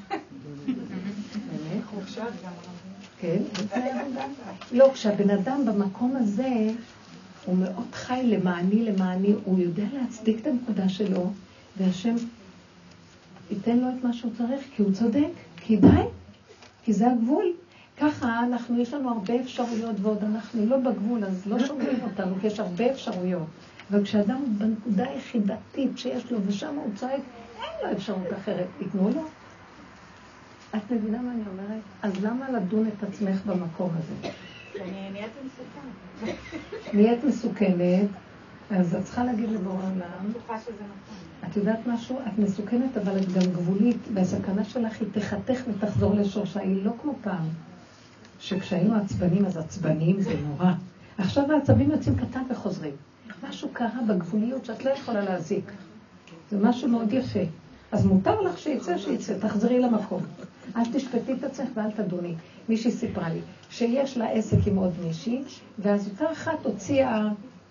חופשות גם. כן, אין תנאי עבודה. לא, כשהבן אדם במקום הזה, הוא מאוד חי למעני, הוא יודע להצדיק את הנקודה שלו, והשם ייתן לו את מה שהוא צריך, כי הוא צודק, כי די, כי זה הגבול. ככה יש לנו הרבה אפשרויות, ועוד אנחנו לא בגבול, אז לא שומעים אותנו, כי יש הרבה אפשרויות. וכשאדם הוא בנקודה יחידתית שיש לו, ושם הוא צועק, אין לו אפשרות אחרת, יתנו לו. את מבינה מה אני אומרת? אז למה לדון את עצמך במקום הזה? אני נהיית מסוכנת. נהיית מסוכנת, אז את צריכה להגיד לבורא עולם. בטוחה שזה נכון. את יודעת משהו? את מסוכנת, אבל את גם גבולית, והסכנה שלך היא תחתך ותחזור לשורשה. היא לא כמו פעם. שכשהיינו עצבנים, אז עצבנים זה נורא. עכשיו העצבים יוצאים קטן וחוזרים. משהו קרה בגבוליות שאת לא יכולה להזיק. זה משהו מאוד יפה. אז מותר לך שיצא, תחזרי למקום. אל תשפטי את עצמך ואל תדוני. מישהי סיפרה לי שיש לה עסק עם עוד מישהי, ואז אותה אחת הוציאה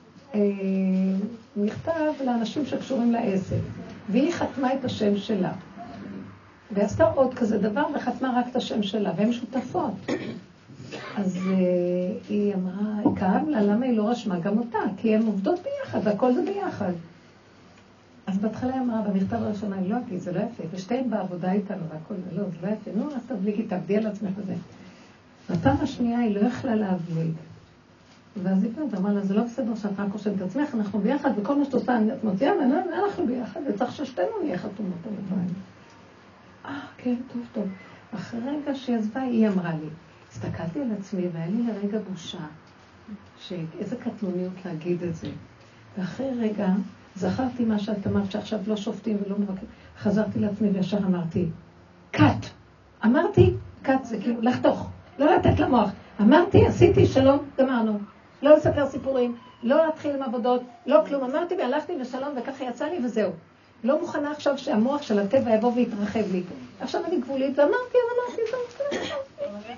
מכתב לאנשים שקשורים לעסק, והיא חתמה את השם שלה. ועשתה עוד כזה דבר וחתמה רק את השם שלה, והן שותפות. אז היא אמרה, כאב לה, למה היא לא רשמה גם אותה? כי הן עובדות ביחד, והכל זה ביחד. אז בהתחלה היא אמרה, במכתב הראשונה, היא לא אגיד, זה לא יפה, ושתיהן בעבודה איתנו, והכל זה לא, זה לא יפה. נו, אז תבליגי, תעבדי על עצמך וזה. בפעם השנייה היא לא יכלה להבליג. ואז היא אמרה לה, זה לא בסדר שאת רק חושבת את עצמך, אנחנו ביחד, וכל מה שאת עושה, את מוציאה, אנחנו ביחד, וצריך ששתינו נהיה חתומות על הדברים. כן, טוב. אחרי רגע שהיא עזבה, היא אמרה לי, הסתכלתי על עצמי, והיה לי לרגע בושה, שאיזה קטנוניות להגיד את זה. ואחרי רגע, זכרתי מה שאת אמרת, שעכשיו לא שופטים ולא מבקרים. חזרתי לעצמי וישר אמרתי, קט. אמרתי, קט זה כאילו, לחתוך, לא לתת למוח. אמרתי, עשיתי, שלום, גמרנו. לא לספר סיפורים, לא להתחיל עם עבודות, לא כלום. אמרתי והלכתי ושלום, וככה יצא לי וזהו. לא מוכנה עכשיו שהמוח של הטבע יבוא ויתרחב לי. עכשיו אני גבולית, ואמרתי, זהו.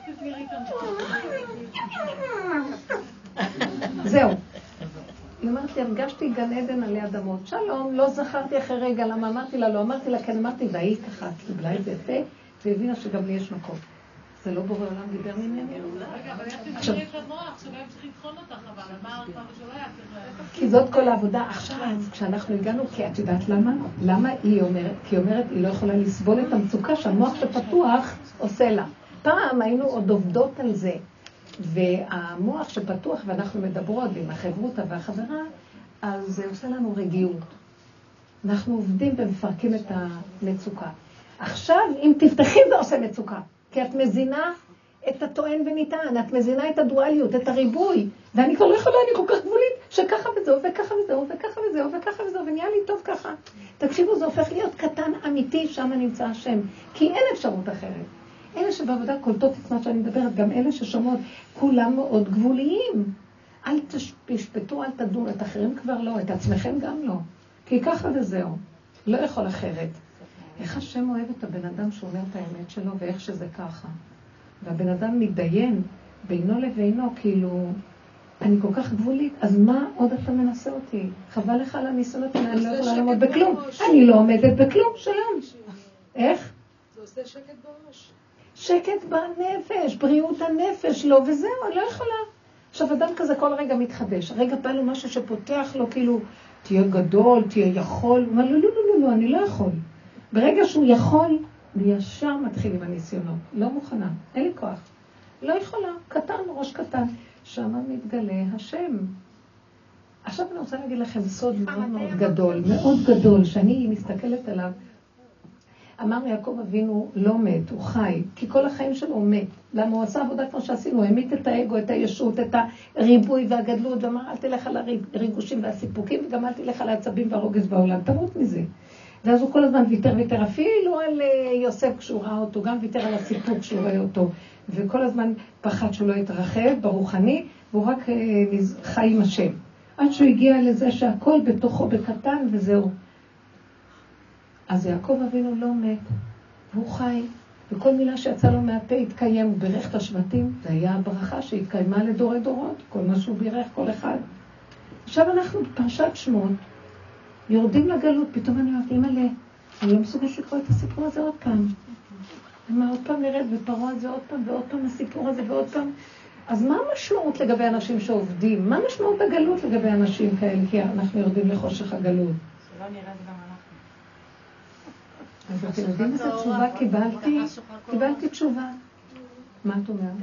זהו. היא אמרת לי, הרגשתי גן עדן עלי אדמות. שלום, לא זכרתי אחרי רגע, למה אמרתי לה, לא אמרתי לה, כן אמרתי, והיא ככה, קיבלה את זה יפה, והבינה שגם לי יש מקום. זה לא בורא עולם דיבר ממני. רגע, אבל איך תסגרי את המוח, שלא הם צריכים לבחון אותך, אבל אמרת פעם שלא היה ככה. כי זאת כל העבודה. עכשיו, כשאנחנו הגענו, כי את יודעת למה? למה היא אומרת? כי היא אומרת, היא לא יכולה לסבול את המצוקה שהמוח שפתוח עושה לה. פעם היינו עוד עובדות על זה, והמוח שפתוח ואנחנו מדברות עם החברותה והחברה, אז זה עושה לנו רגיעות. אנחנו עובדים ומפרקים את המצוקה. עכשיו, אם תפתחי זה עושה מצוקה, כי את מזינה את הטוען וניתן, את מזינה את הדואליות, את הריבוי, ואני כבר לא יכולה, אני כל כך גבולית, שככה וזהו, וככה וזהו, וככה וזהו, וככה וזהו, ונהיה לי טוב ככה. תקשיבו, זה הופך להיות קטן אמיתי, שם נמצא השם, כי אין אפשרות אחרת. אלה שבעבודה קולטות את מה שאני מדברת, גם אלה ששומעות, כולם מאוד גבוליים. אל תשפטו, אל תדעו, את אחרים כבר לא, את עצמכם גם לא. כי ככה וזהו, לא יכול אחרת. איך השם אוהב את הבן אדם שאומר את האמת שלו, ואיך שזה ככה. והבן אדם מתדיין בינו לבינו, כאילו, אני כל כך גבולית, אז מה עוד אתה מנסה אותי? חבל לך על הניסיונות, אני לא יכולה לעמוד בכלום. אני לא עומדת בכלום, שלום. איך? זה עושה שקט בראש. שקט בנפש, בריאות הנפש, לא, וזהו, אני לא יכולה. עכשיו, אדם כזה כל רגע מתחדש. הרגע בא לו משהו שפותח לו, כאילו, תהיה גדול, תהיה יכול. אבל לא, לא, לא, לא, אני לא יכול. ברגע שהוא יכול, וישר מתחיל עם הניסיונות. לא מוכנה, אין לי כוח. לא יכולה, קטן, ראש קטן. שמה מתגלה השם. עכשיו אני רוצה להגיד לכם סוד מאוד מאוד גדול, מאוד גדול, שאני מסתכלת עליו. אמר יעקב אבינו לא מת, הוא חי, כי כל החיים שלו הוא מת. למה הוא עשה עבודה כמו שעשינו, הוא העמיד את האגו, את הישות, את הריבוי והגדלות, ואמר אל תלך על הריגושים והסיפוקים, וגם אל תלך על העצבים והרוגז בעולם, תמות מזה. ואז הוא כל הזמן ויתר, אפילו על יוסף כשהוא ראה אותו, גם ויתר על הסיפוק כשהוא ראה אותו, וכל הזמן פחד שהוא לא יתרחב ברוחני, והוא רק חי עם השם. עד שהוא הגיע לזה שהכל בתוכו בקטן וזהו. אז יעקב אבינו לא מת, והוא חי, וכל מילה שיצא לו מהפה התקיים, הוא בירך את השבטים, זה היה הברכה שהתקיימה לדורי דורות, כל מה שהוא בירך, כל אחד. עכשיו אנחנו בפרשת שמות, יורדים לגלות, פתאום אני אומרת, אימא'לה, אני לא מסוגלת לקרוא את הסיפור הזה עוד פעם. מה עוד פעם נרד ופרעה את זה עוד פעם, ועוד פעם הסיפור הזה ועוד פעם. אז מה המשמעות לגבי אנשים שעובדים? מה משמעות הגלות לגבי אנשים כאלה? כי אנחנו יורדים לחושך הגלות. שלא נראה זה גם אנחנו. אז אתם יודעים איזה תשובה קיבלתי? קיבלתי תשובה. מה את אומרת?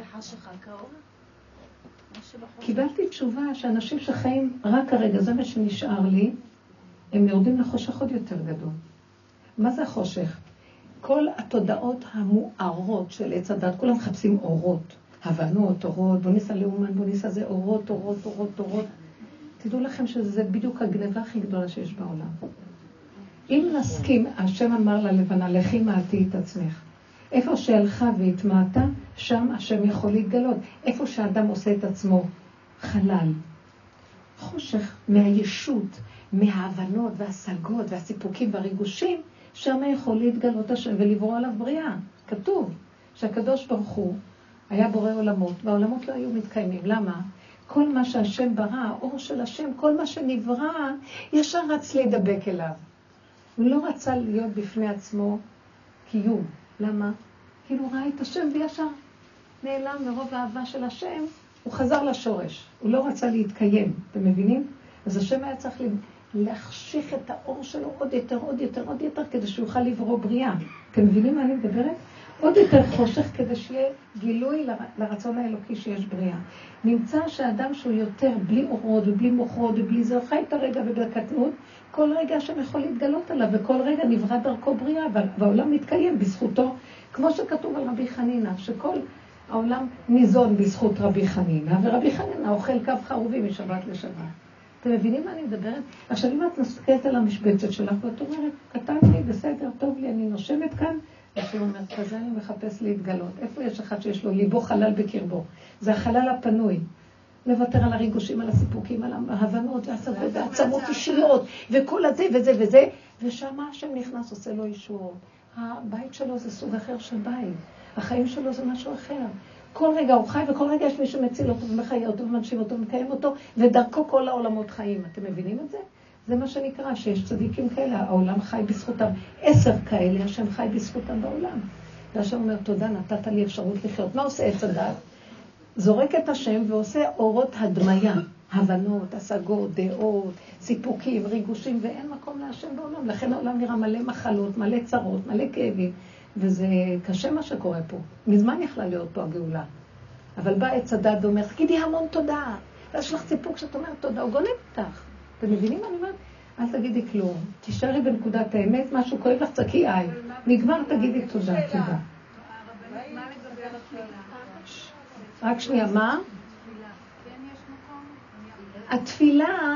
קיבלתי תשובה שאנשים שחיים רק הרגע, זה מה שנשאר לי, הם יורדים לחושך עוד יותר גדול. מה זה חושך? כל התודעות המוארות של עץ הדת, כולם מחפשים אורות, הבנות, אורות, בוא ניסה לאומן, בוא ניסה זה אורות, אורות, אורות, אורות. תדעו לכם שזה בדיוק הגניבה הכי גדולה שיש בעולם. אם נסכים, השם אמר ללבנה, לכי מעטי את עצמך. איפה שהלכה והתמעטה, שם השם יכול להתגלות. איפה שהאדם עושה את עצמו חלל, חושך מהישות, מההבנות והשגות והסיפוקים והריגושים, שם יכול להתגלות השם ולברוא עליו בריאה. כתוב שהקדוש ברוך הוא היה בורא עולמות, והעולמות לא היו מתקיימים. למה? כל מה שהשם ברא, האור של השם, כל מה שנברא, ישר רץ להידבק אליו. הוא לא רצה להיות בפני עצמו קיום. למה? כאילו הוא ראה את השם וישר נעלם מרוב האהבה של השם, הוא חזר לשורש. הוא לא רצה להתקיים, אתם מבינים? אז השם היה צריך להחשיך את האור שלו עוד יותר, עוד יותר, עוד יותר, כדי שהוא יוכל לברוא בריאה. אתם מבינים מה אני מדברת? עוד יותר חושך כדי שיהיה גילוי לרצון האלוקי שיש בריאה. נמצא שהאדם שהוא יותר בלי אורות ובלי מוחות ובלי זה, חי את הרגע ובקטנות, כל רגע השם יכול להתגלות עליו, וכל רגע נברא דרכו בריאה, והעולם מתקיים בזכותו, כמו שכתוב על רבי חנינה, שכל העולם ניזון בזכות רבי חנינה, ורבי חנינה אוכל קו חרובי משבת לשבת. אתם מבינים מה אני מדברת? עכשיו אם את מסתכלת על המשבצת שלך, ואת אומרת, קטן לי, בסדר, טוב לי, אני נושמת כאן, והוא אומר, כזה אני מחפש להתגלות. איפה יש אחד שיש לו ליבו חלל בקרבו? זה החלל הפנוי. לוותר על הריגושים, על הסיפוקים, על ההבנות והשגות והעצמות אישיות, וכל הזה וזה וזה, ושמה השם נכנס, עושה לו אישור. הבית שלו זה סוג אחר של בית. החיים שלו זה משהו אחר. כל רגע הוא חי, וכל רגע יש מי שמציל אותו ומחיה אותו ומנשיב אותו ומקיים אותו, ודרכו כל העולמות חיים. אתם מבינים את זה? זה מה שנקרא, שיש צדיקים כאלה, העולם חי בזכותם. 10 כאלה, השם חי בזכותם בעולם. והשם אומר, תודה, נתת לי אפשרות לחיות. מה עושה עץ הדת? זורק את השם ועושה אורות הדמיה, הבנות, השגות, דעות, סיפוקים, ריגושים, ואין מקום להשם בעולם. לכן העולם נראה מלא מחלות, מלא צרות, מלא כאבים, וזה קשה מה שקורה פה. מזמן יכלה להיות פה הגאולה. אבל בא עץ הדת ואומר, תגידי המון תודה. יש לך סיפוק שאת אומרת תודה, הוא גונב אותך. אתם מבינים מה אני אומרת? אל תגידי כלום. תישארי בנקודת האמת, משהו כואב לך, צעקי איי. נגמר, תגידי תודה, תודה. מה לגבי התפילה? רק שנייה, מה? התפילה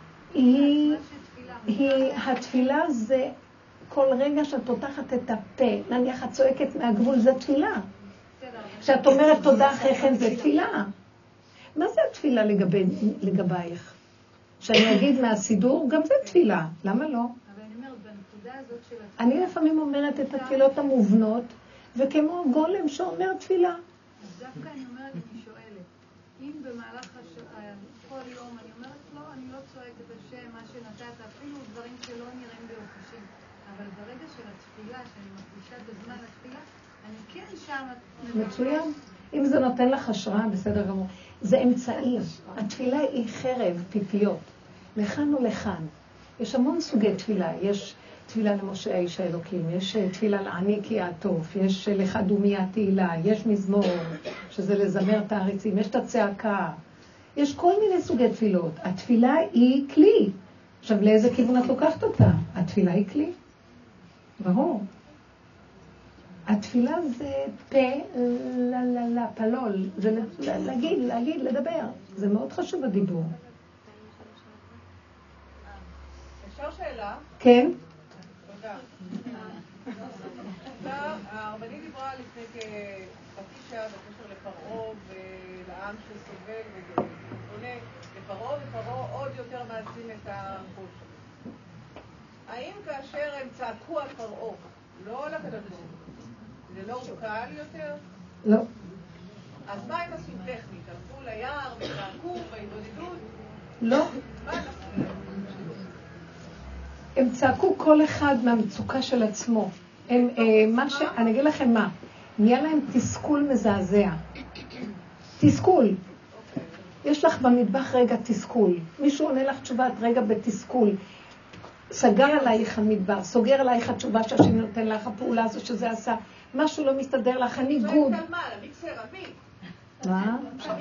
התפילה זה כל רגע שאת פותחת את הפה, נניח את צועקת מהגבול, זה תפילה. כשאת אומרת תודה אחרי כן, זה תפילה. מה זה התפילה לגבייך? שאני אגיד מהסידור, גם זה תפילה. למה לא? אבל אני אומרת, בנקודה הזאת של התפילה... אני לפעמים אומרת את התפילות המובנות, וכמו גולם שאומר תפילה. אז דווקא אני אומרת, אני שואלת, אם במהלך כל יום אני אומרת, לא, אני לא צועקת את השם, מה שנתת, אפילו דברים שלא נראים באופשים, אבל ברגע של התפילה, שאני מפגישה בזמן התפילה, אני כן שם... מצוין. אם זה נותן לך השראה, בסדר גמור. זה אמצעי. התפילה היא חרב, פיפיות. לכאן ולכאן. יש המון סוגי תפילה. יש תפילה למשה האיש האלוקים, יש תפילה לעני כי יעטוף, יש לך דומי התהילה, יש מזמור, שזה לזמר את העריצים, יש את הצעקה. יש כל מיני סוגי תפילות. התפילה היא כלי. עכשיו, לאיזה כיוון את לוקחת אותה? התפילה היא כלי. ברור. התפילה זה פה, פלול, זה להגיד, לדבר. זה מאוד חשוב הדיבור. אפשר שאלה? כן? תודה. הרבנית דיברה לפני כחצי שעה בקשר לפרעה ולעם שסובל ופונה לפרעה, ופרעה עוד יותר מעצים את החושך. האם כאשר הם צעקו על פרעה, לא על הקדוש ברוך הוא, זה לא קל יותר? לא. אז מה הם עשו טכנית? הלכו ליער וצעקו בהתמודדות? לא. מה אנחנו? הם צעקו כל אחד מהמצוקה של עצמו. אני אגיד לכם מה, נהיה להם תסכול מזעזע. תסכול. יש לך במטבח רגע תסכול. מישהו עונה לך תשובה, את רגע בתסכול. סגר עלייך המדבר, סוגר עלייך התשובה שהשם נותן לך, הפעולה הזו שזה עשה. משהו לא מסתדר לך, הניגוד. מה?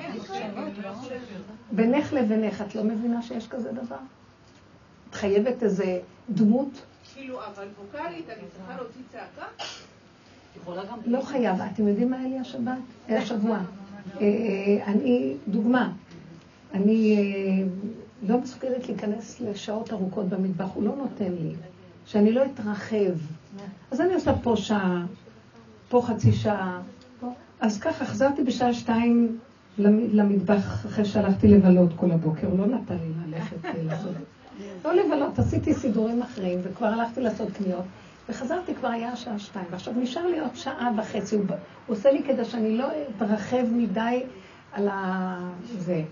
בינך לבינך, את לא מבינה שיש כזה דבר? את חייבת איזה דמות? כאילו, אבל ווקלית, אני צריכה להוציא צעקה? לא חייב. אתם יודעים מה היה לי השבוע? דוגמה, אני לא מסוגלת להיכנס לשעות ארוכות במטבח, הוא לא נותן לי, שאני לא אתרחב. אז אני עושה פה שעה, פה חצי שעה. אז ככה, חזרתי בשעה 2 למטבח אחרי שהלכתי לבלות כל הבוקר, הוא לא נתן לי ללכת לעשות. לא לבלות, עשיתי סידורים אחרים, וכבר הלכתי לעשות קניות, וחזרתי, כבר היה שעה 2, ועכשיו נשאר לי עוד שעה וחצי, הוא עושה לי כדי שאני לא אתרחב מדי על זה,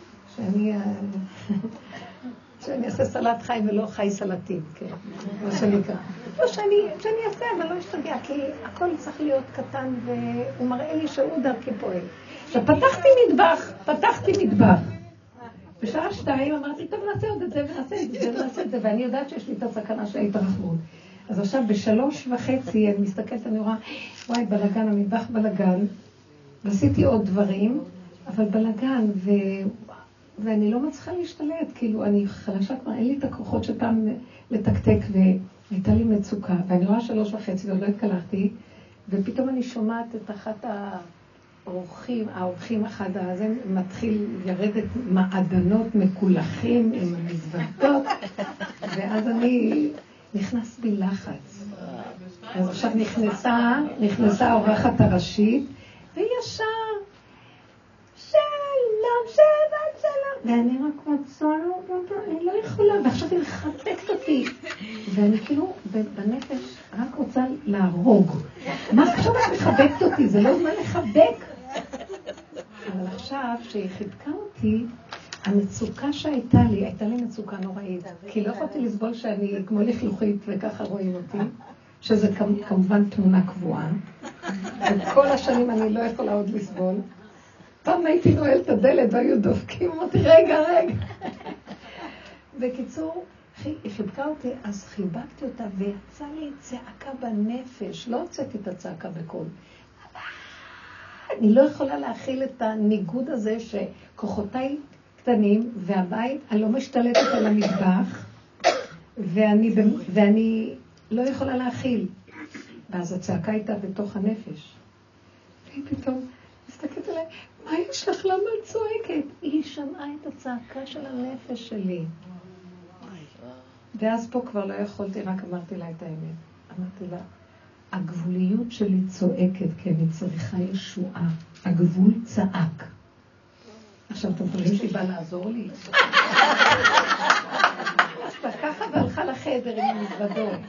שאני אעשה סלט חי ולא חי סלטים, כן, מה שנקרא. לא שאני אעשה, אבל לא אשתגע, כי הכל צריך להיות קטן, והוא מראה לי שהוא דרכי פועל. עכשיו, פתחתי מטבח. בשעה 2 אמרתי, טוב, נעשה עוד את זה ונעשה את זה, ואני יודעת שיש לי את הסכנה של ההתרחבות. אז עכשיו, ב3:30 אני מסתכלת, אני רואה, וואי, בלגן, המטבח בלגן, ועשיתי עוד דברים, אבל בלגן, ואני לא מצליחה להשתלט, כאילו, אני חלשה כבר, אין לי את הכוחות שפעם לתקתק, והייתה לי מצוקה, ואני רואה 3:30 ועוד לא התקלחתי, ופתאום אני שומעת את אחת האורחים אחד הזה מתחיל לרדת מעדנות מקולחים עם המזוודות, ואז נכנס בי לחץ. אז עכשיו נכנסה האורחת הראשית, וישר, שלום, ואני רק רוצה אני לא יכולה, ועכשיו היא מחבקת אותי, ואני כאילו בנפש רק רוצה להרוג. מה עכשיו את מחבקת אותי? זה לא זמן לחבק. עכשיו, שהיא חיבקה אותי, המצוקה שהייתה לי מצוקה נוראית. כי לא יכולתי לסבול שאני כמו לכלוכית וככה רואים אותי, שזה כמובן תמונה קבועה. וכל השנים אני לא יכולה עוד לסבול. פעם הייתי נועלת את הדלת והיו דופקים אותי, רגע. בקיצור, היא חיבקה אותי, אז חיבקתי אותה ויצא לי צעקה בנפש. לא הוצאתי את הצעקה בקול. אני לא יכולה להכיל את הניגוד הזה שכוחותיי קטנים והבית, אני לא משתלטת על המטבח ואני לא יכולה להכיל. ואז הצעקה הייתה בתוך הנפש. והיא פתאום מסתכלת עליי, מה יש לך? למה את צועקת? היא שמעה את הצעקה של הנפש שלי. ואז פה כבר לא יכולתי, רק אמרתי לה את האמת. אמרתי לה, הגבוליות שלי צועקת, כי אני צריכה ישועה. הגבול צעק. עכשיו, אתם חושבים שהיא באה לעזור לי? ככה והלכה לחדר עם המזוודות.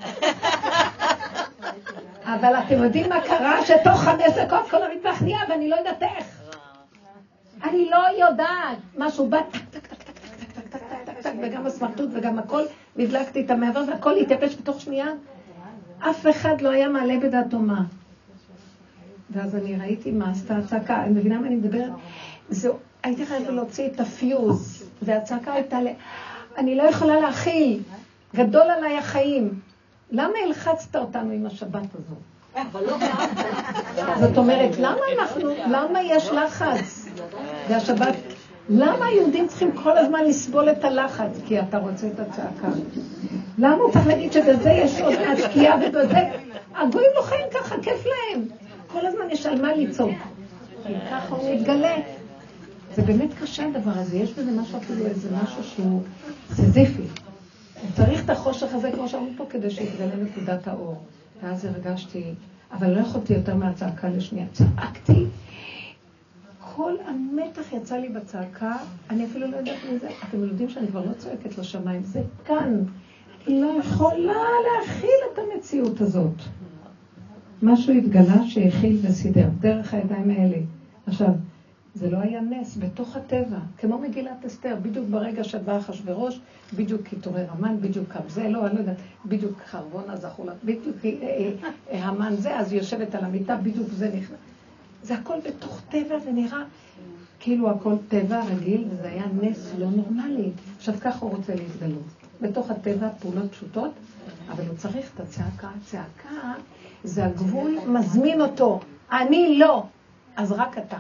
אבל אתם יודעים מה קרה? שתוך 5 דקות כל המטבח נהיה, ואני לא יודעת איך. אני לא יודעת. משהו בא טק, טק, טק, טק, טק, טק, טק, טק, טק, וגם הסמרטוט וגם הכל, והדלקתי את המעבר, והכל התייבש בתוך שנייה. אף אחד לא היה מעלה בדעתו מה. ואז אני ראיתי מה עשתה הצעקה. אני מבינה מה אני מדברת? זהו, הייתי חייבת להוציא את הפיוז, והצעקה הייתה אני לא יכולה להכיל. גדול עליי החיים. למה הלחצת אותנו עם השבת הזו? אבל לא זאת אומרת, למה יש לחץ? והשבת, למה היהודים צריכים כל הזמן לסבול את הלחץ? כי אתה רוצה את הצעקה. למה הוא צריך להגיד שבזה יש עוד מעצקייה ובזה? הגויים לא חיים ככה, כיף להם. כל הזמן יש על מה לצעוק. כי ככה הוא מתגלה. זה באמת קשה הדבר הזה. יש בזה משהו אפילו איזה משהו שהוא סזיפי. צריך את החושך הזה, כמו שאמרו פה, כדי שיתגלה נקודת האור. ואז הרגשתי, אבל לא יכולתי יותר מהצעקה לשנייה. צעקתי. כל המתח יצא לי בצעקה, אני אפילו לא יודעת מזה. אתם יודעים שאני כבר לא צועקת לשמיים. זה כאן. אני לא יכולה להכיל את המציאות הזאת. משהו התגלה שהכיל וסידר, דרך הידיים האלה. עכשיו, זה לא היה נס, בתוך הטבע, כמו מגילת אסתר, בדיוק ברגע שבא אחשוורוש, בדיוק כתורי המן, בדיוק זה, לא, אני לא יודעת, בדיוק חרבונה זכו לה, בדיוק המן זה, אז היא יושבת על המיטה, בדיוק זה נכנס. זה הכל בתוך טבע ונראה כאילו הכל טבע רגיל, וזה היה נס לא נורמלי. עכשיו ככה הוא רוצה להתגלות. בתוך הטבע פעולות פשוטות, אבל הוא צריך את הצעקה. הצעקה זה הגבול מזמין אותו. אני לא, אז רק אתה.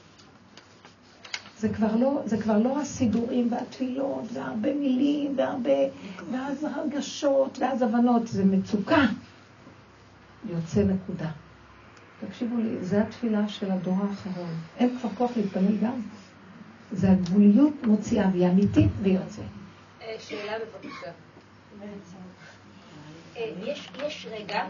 זה כבר לא הסידורים והתפילות והרבה מילים ואז הרגשות ואז הבנות. זה מצוקה. יוצא נקודה. תקשיבו לי, זה התפילה של הדור האחרון. אין כבר כוח להתפלל גם. זה הגבוליות מוציאה, והיא אמיתית ויוצא. שאלה בבקשה. יש רגע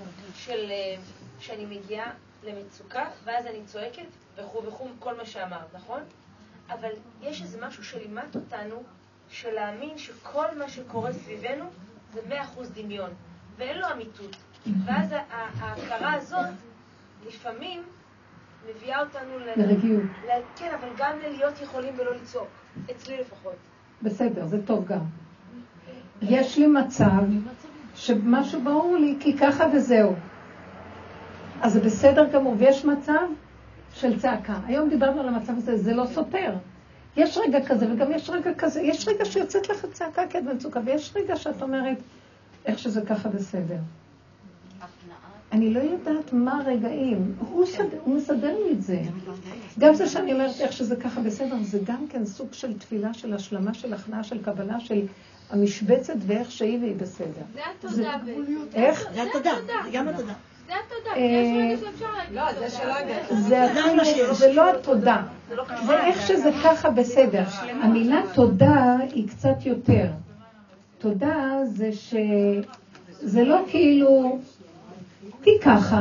שאני מגיעה למצוקה, ואז אני צועקת וכו' כל מה שאמרת, נכון? אבל יש איזה משהו שלימד אותנו, של להאמין שכל מה שקורה סביבנו זה 100% דמיון, ואין לו אמיתות. ואז ההכרה הזאת לפעמים מביאה אותנו לרגיעות. כן, אבל גם להיות יכולים ולא לצעוק. אצלי לפחות. בסדר, זה טוב גם. יש לי מצב שמשהו ברור לי, כי ככה וזהו. אז זה בסדר גמור, ויש מצב של צעקה. היום דיברנו על המצב הזה, זה לא סותר. יש רגע כזה וגם יש רגע כזה. יש רגע שיוצאת לך צעקה כעת במצוקה, ויש רגע שאת אומרת, איך שזה ככה בסדר. אני לא יודעת מה הרגעים. הוא מסדר לי את זה. גם זה שאני אומרת איך שזה ככה בסדר, זה גם כן סוג של תפילה, של השלמה, של הכנעה, של קבלה, של המשבצת ואיך שהיא והיא בסדר. זה התודה. איך? זה התודה. זה גם התודה. זה התודה. יש רגע שאפשר להגיד. לא, זה שלא הגעת. זה לא התודה. זה איך שזה ככה בסדר. המילה תודה היא קצת יותר. תודה זה זה לא כאילו כי ככה.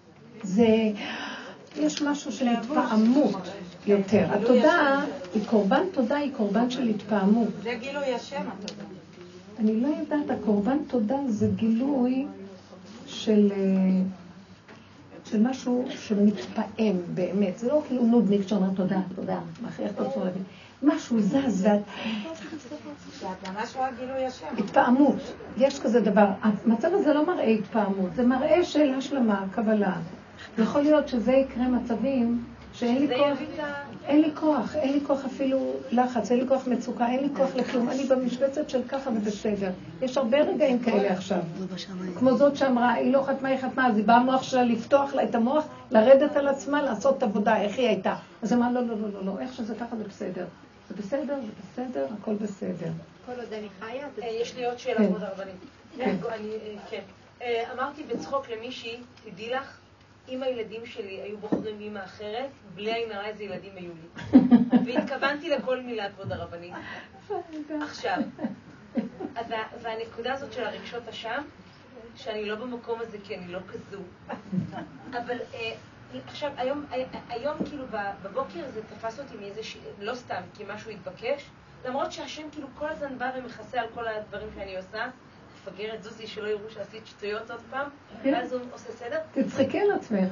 יש משהו של התפעמות יותר. התודה היא קורבן, תודה היא קורבן של התפעמות. זה גילוי השם התודה. אני לא יודעת, הקורבן תודה זה גילוי של של משהו שמתפעם באמת. זה לא כאילו נודניק שאומר תודה, תודה, מכריח את עצמו להבין. משהו זז, ממש רואה גילוי השם. התפעמות, יש כזה דבר. המצב הזה לא מראה התפעמות, זה מראה של השלמה, קבלה. יכול להיות שזה יקרה מצבים שאין לי כוח, אין לי כוח אפילו לחץ, אין לי כוח מצוקה, אין לי כוח לכלום, אני במשבצת של ככה ובסדר. יש הרבה רגעים כאלה עכשיו. כמו זאת שאמרה, היא לא חתמה, היא חתמה, אז היא באה המוח שלה לפתוח לה את המוח, לרדת על עצמה, לעשות עבודה, איך היא הייתה. אז היא אמרה, לא, לא, לא, לא, לא, איך שזה ככה זה בסדר. זה בסדר, זה בסדר, הכל בסדר. כל עוד אני חיה, יש לי עוד שאלה, כבוד הרבנית. כן. אמרתי בצחוק למישהי, תדעי לך, אם הילדים שלי היו בוחרים אימא אחרת, בלי עין הרע איזה ילדים היו לי. והתכוונתי לכל מילה, כבוד הרבנית. עכשיו, והנקודה הזאת של הרגשות אשם, שאני לא במקום הזה כי אני לא כזו. אבל עכשיו, היום כאילו בבוקר זה תפס אותי מאיזה, לא סתם, כי משהו התבקש, למרות שהשם כאילו כל הזמן בא ומכסה על כל הדברים שאני עושה, מפגרת זוזי שלא יראו שעשית שטויות עוד פעם, ואז הוא עושה סדר. תצחקי על עצמך.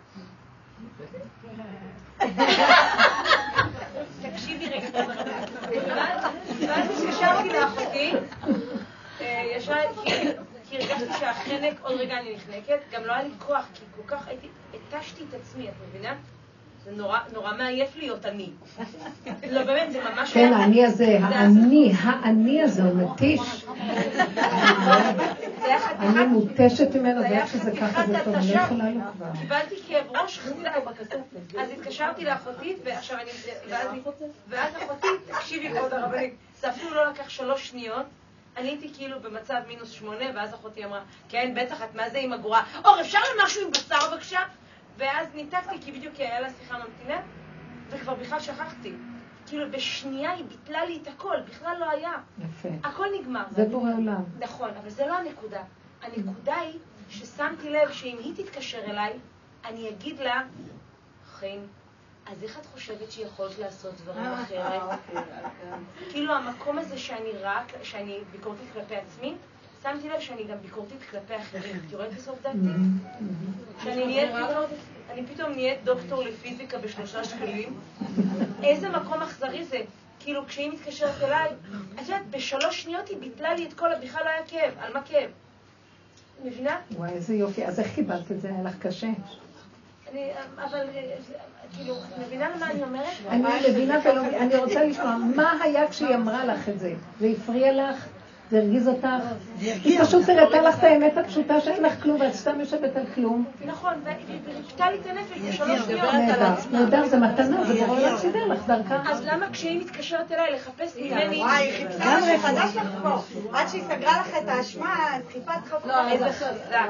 תקשיבי רגע. ואז כששבתי לאחותי, ישר, כי הרגשתי שהחנק, עוד רגע אני נחנקת, גם לא היה לי כוח, כי כל כך התשתי את עצמי, את מבינה? זה נורא מעייף להיות אני. לא באמת, זה ממש... כן, האני הזה, האני הזה הוא מתיש. אני מוטשת ממנו, ואיך שזה ככה זה טוב, אני לא יכולה לו כבר. קיבלתי כאב ראש, אז התקשרתי לאחותי, ואז אחותי, תקשיבי כבוד הרבנית, זה אפילו לא לקח 3 שניות, אני הייתי כאילו במצב -8, ואז אחותי אמרה, כן, בטח, את מה זה עם הגורה? אור, אפשר למשהו עם בשר בבקשה? ואז ניתקתי, כי בדיוק היה לה שיחה ממתינה, וכבר בכלל שכחתי. כאילו בשנייה היא ביטלה לי את הכל, בכלל לא היה. יפה. הכל נגמר. זה בורא עולם. נכון, אבל זה לא הנקודה. הנקודה היא ששמתי לב שאם היא תתקשר אליי, אני אגיד לה, חיים, אז איך את חושבת שיכולת לעשות דברים אחרת? כאילו המקום הזה שאני ביקורתית כלפי עצמי, שמתי לב שאני גם ביקורתית כלפי אחרים. תראו את בסוף דעתי? אני פתאום נהיית דוקטור לפיזיקה ב3 שקלים. איזה מקום אכזרי זה. כאילו כשהיא מתקשרת אליי, את יודעת, ב3 שניות היא ביטלה לי את כל, בכלל לא היה כאב. על מה כאב? מבינה? וואי, איזה יופי. אז איך קיבלת את זה? היה לך קשה? אבל, כאילו, את מבינה למה אני אומרת? אני מבינה ולא... אני רוצה לשמוע, מה היה כשהיא אמרה לך את זה? זה הפריע לך? זה הרגיז אותך? היא פשוט הראתה לך את האמת הפשוטה שאין לך כלום, ואת סתם יושבת על כלום. נכון, והיא ריפתה לי את הנפש ב3 שניות. נהדר, זה מתנה, זה ברור לך סידר לך דרכה. אז למה כשהיא מתקשרת אליי לחפש ממני... וואי, היא חיפשה לך חדש לך פה. עד שהיא סגרה לך את האשמה, חיפת חפש. לא, איזה חזק.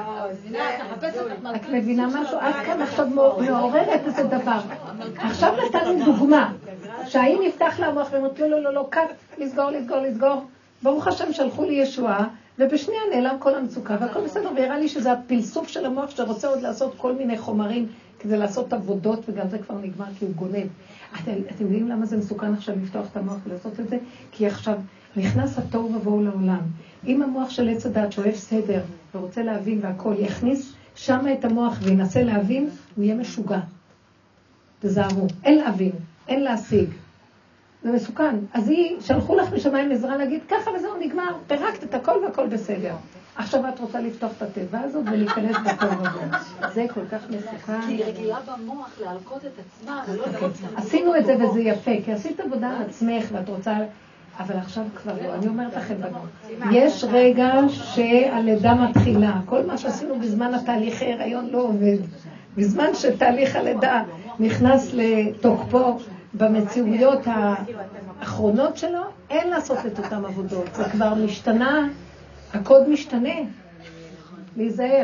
את מבינה משהו? את כאן עכשיו מעוררת איזה דבר. עכשיו נתנו דוגמה, שהאם נפתח לה מוח ואומרת, לא, לא, לא, לא, קט, לסגור. ברוך השם שלחו לי ישועה, ובשנייה נעלם כל המצוקה, והכל בסדר, והראה לי שזה הפלסוף של המוח שרוצה עוד לעשות כל מיני חומרים כדי לעשות עבודות, וגם זה כבר נגמר כי הוא גונב. אתם יודעים למה זה מסוכן עכשיו לפתוח את המוח ולעשות את זה? כי עכשיו נכנס התוהו ובוהו לעולם. אם המוח של עץ הדת שאוהב סדר ורוצה להבין והכל, יכניס שם את המוח וינסה להבין, הוא יהיה משוגע. תזהרו, אין להבין, אין להשיג. זה מסוכן. אז שלחו לך משמיים עזרה להגיד, ככה וזהו נגמר, פרקת את הכל והכל בסדר. עכשיו את רוצה לפתוח את הטבע הזאת ולהיכנס בתור הזה. זה כל כך מסוכן. כי היא רגילה במוח להלקות את עצמה, ולא לרוצה. עשינו את זה וזה יפה, כי עשית עבודה על עצמך ואת רוצה... אבל עכשיו כבר לא, אני אומרת לכם בנות. יש רגע שהלידה מתחילה. כל מה שעשינו בזמן התהליכי הריון לא עובד. בזמן שתהליך הלידה נכנס לתוקפו, במציאויות האחרונות שלו, אין לעשות את אותם עבודות. זה כבר משתנה, הקוד משתנה. להיזהר.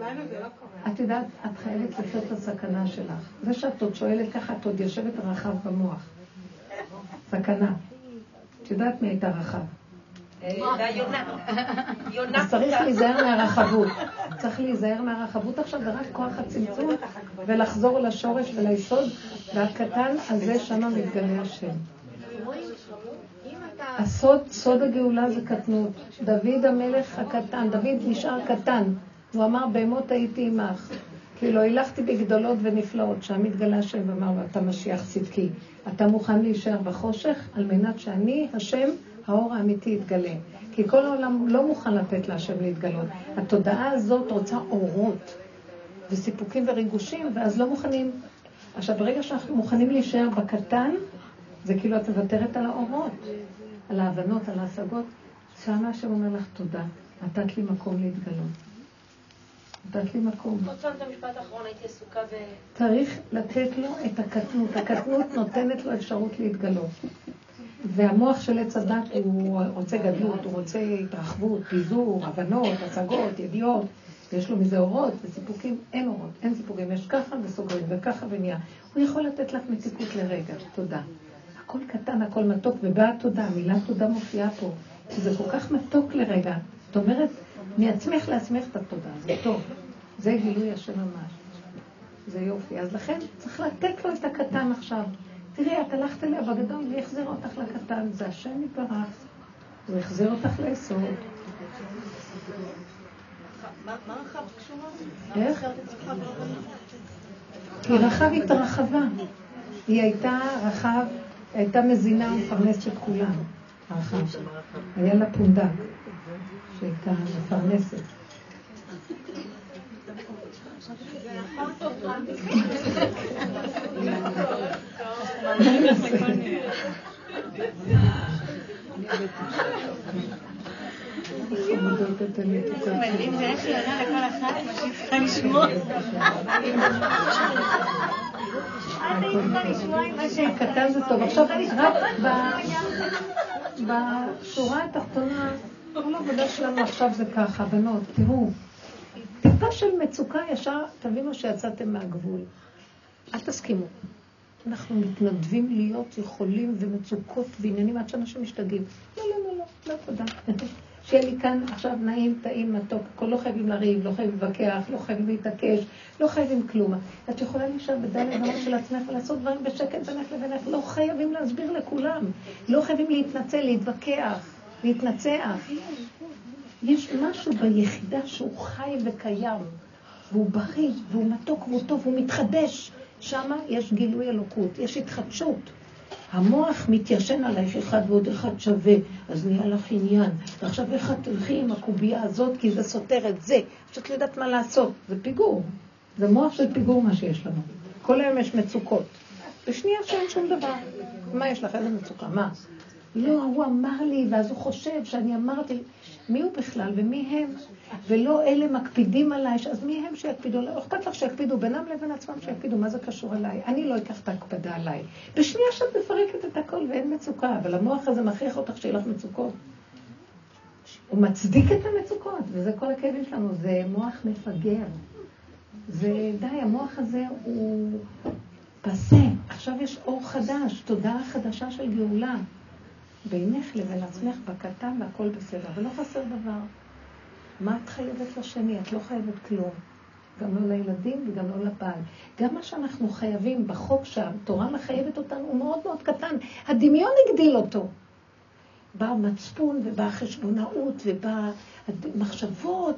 את יודעת, את חייבת לפתור את הסכנה שלך. זה שאת עוד שואלת ככה, את עוד יושבת רחב במוח. סכנה. את יודעת מי הייתה רחב? יונה. אז צריך להיזהר מהרחבות. צריך להיזהר מהרחבות עכשיו, ורק כוח הצמצום, ולחזור לשורש וליסוד, והקטן הזה שמה מתגלה השם. סוד הגאולה זה קטנות. דוד המלך הקטן, דוד נשאר קטן. הוא אמר, בהמות הייתי עמך. כאילו הילכתי בגדולות ונפלאות, שם התגלה השם ואמר לו, אתה משיח צדקי. אתה מוכן להישאר בחושך על מנת שאני, השם, האור האמיתי יתגלה. כי כל העולם לא מוכן לתת להשם להתגלות. התודעה הזאת רוצה אורות וסיפוקים וריגושים, ואז לא מוכנים. עכשיו, ברגע שאנחנו מוכנים להישאר בקטן, זה כאילו את מוותרת על האורות, על ההבנות, על ההשגות. שמה השם אומר לך תודה, נתת לי מקום להתגלות. נתת לי מקום. רוצה את המשפט האחרון, הייתי עסוקה צריך לתת לו את הקטנות. הקטנות נותנת לו אפשרות להתגלות. והמוח של עץ הדת הוא רוצה גדלות, הוא רוצה התרחבות, פיזור, הבנות, השגות, ידיעות. יש לו מזה אורות וסיפוקים, אין אורות, אין סיפוקים, יש ככה וסוגרים וככה ונהיה. הוא יכול לתת לך מתיקות לרגע, תודה. הכל קטן, הכל מתוק, ובאה תודה, המילה תודה מופיעה פה. זה כל כך מתוק לרגע. זאת אומרת, מעצמך לעצמך את התודה, זה טוב. זה גילוי השם ממש. זה יופי. אז לכן צריך לתת לו את הקטן עכשיו. תראי, את הלכת אליה בגדול והחזיר אותך לקטן. זה השם יתברך. הוא החזיר אותך ליסוד. מה רחב קשורה? איך? כי רחב התרחבה. היא הייתה רחב, הייתה מזינה ומפרנסת את כולם. רחב. היה לה פונדק שהייתה מפרנסת. מדהים, זה איך היא עונה לכל אחת, מה שהיא צריכה לשמוע. הקטן זה טוב. עכשיו, רק בשורה התחתונה, כל העבודה שלנו עכשיו זה ככה, בנות, תראו, טיפה של מצוקה ישר, תבינו שיצאתם מהגבול. אל תסכימו. אנחנו מתנדבים להיות יכולים ומצוקות ועניינים עד שאנשים משתגעים. לא, לא, לא, לא, לא, תודה. שיהיה לי כאן עכשיו נעים, טעים, מתוק, לא חייבים לריב, לא חייבים לבקח, לא חייבים להתעקש, לא חייבים כלום. את יכולה להישאר בדלת דמות של עצמך ולעשות דברים בשקט בינך לבינך, לא חייבים להסביר לכולם, לא חייבים להתנצל, להתווכח, להתנצח. יש משהו ביחידה שהוא חי וקיים, והוא בריא, והוא מתוק, והוא טוב, והוא מתחדש. שם יש גילוי אלוקות, יש התחדשות. המוח מתיישן עלייך אחד ועוד אחד שווה, אז נהיה לך עניין. ועכשיו איך את תלכי עם הקובייה הזאת, כי זה סותר את זה. שאת לא יודעת מה לעשות, זה פיגור. זה מוח של פיגור מה שיש לנו. כל היום יש מצוקות. בשנייה שאין שום דבר. מה יש לך? איזה מצוקה? מה? לא, הוא אמר לי, ואז הוא חושב שאני אמרתי, מי הוא בכלל ומי הם? ולא אלה מקפידים עליי, אז מי הם שיקפידו? לא אכפת לך שיקפידו בינם לבין עצמם שיקפידו, מה זה קשור עליי? אני לא אקח את ההקפדה עליי. בשנייה שאת מפרקת את הכל ואין מצוקה, אבל המוח הזה מכריח אותך שיהיה לך מצוקות. הוא מצדיק את המצוקות, וזה כל הכאבים שלנו, זה מוח מפגר. זה די, המוח הזה הוא פסה. עכשיו יש אור חדש, תודעה חדשה של גאולה. בינך לבין עצמך בקטן והכל בסדר, ולא חסר דבר. מה את חייבת לשני? את לא חייבת כלום. גם לא לילדים וגם לא לבעל. גם מה שאנחנו חייבים בחוק שהתורה מחייבת אותנו הוא מאוד מאוד קטן. הדמיון הגדיל אותו. בא מצפון ובא חשבונאות ובא מחשבות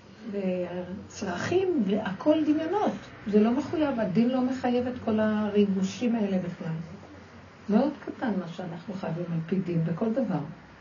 וצרכים והכל דמיונות. זה לא מחויב, הדין לא מחייב את כל הריגושים האלה בכלל. מאוד קטן מה שאנחנו חייבים על פי דין בכל דבר.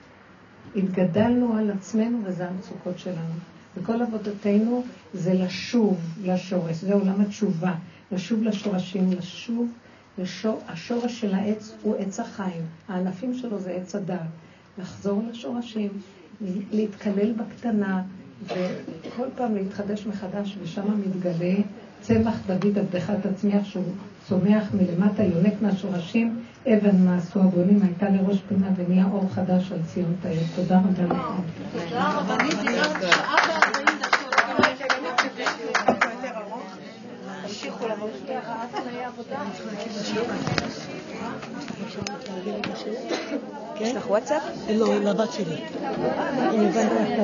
התגדלנו על עצמנו וזה המצוקות שלנו. וכל עבודתנו זה לשוב לשורש, זה עולם התשובה. לשוב לשורשים, לשוב השורש של העץ הוא עץ החיים. הענפים שלו זה עץ הדעת. לחזור לשורשים, להתקלל בקטנה וכל פעם להתחדש מחדש ושם מתגלה צמח דוד עבדך תצמיח שהוא צומח מלמטה, יונק מהשורשים, אבן מעשו הבונים, הייתה לראש פינה ונהיה אור חדש על ציון תאיר. תודה רבה לכם. תודה רבה. שעה ו40 דקות. תמשיכו לבוא. יש לך וואטסאפ? לא, לבת שלי.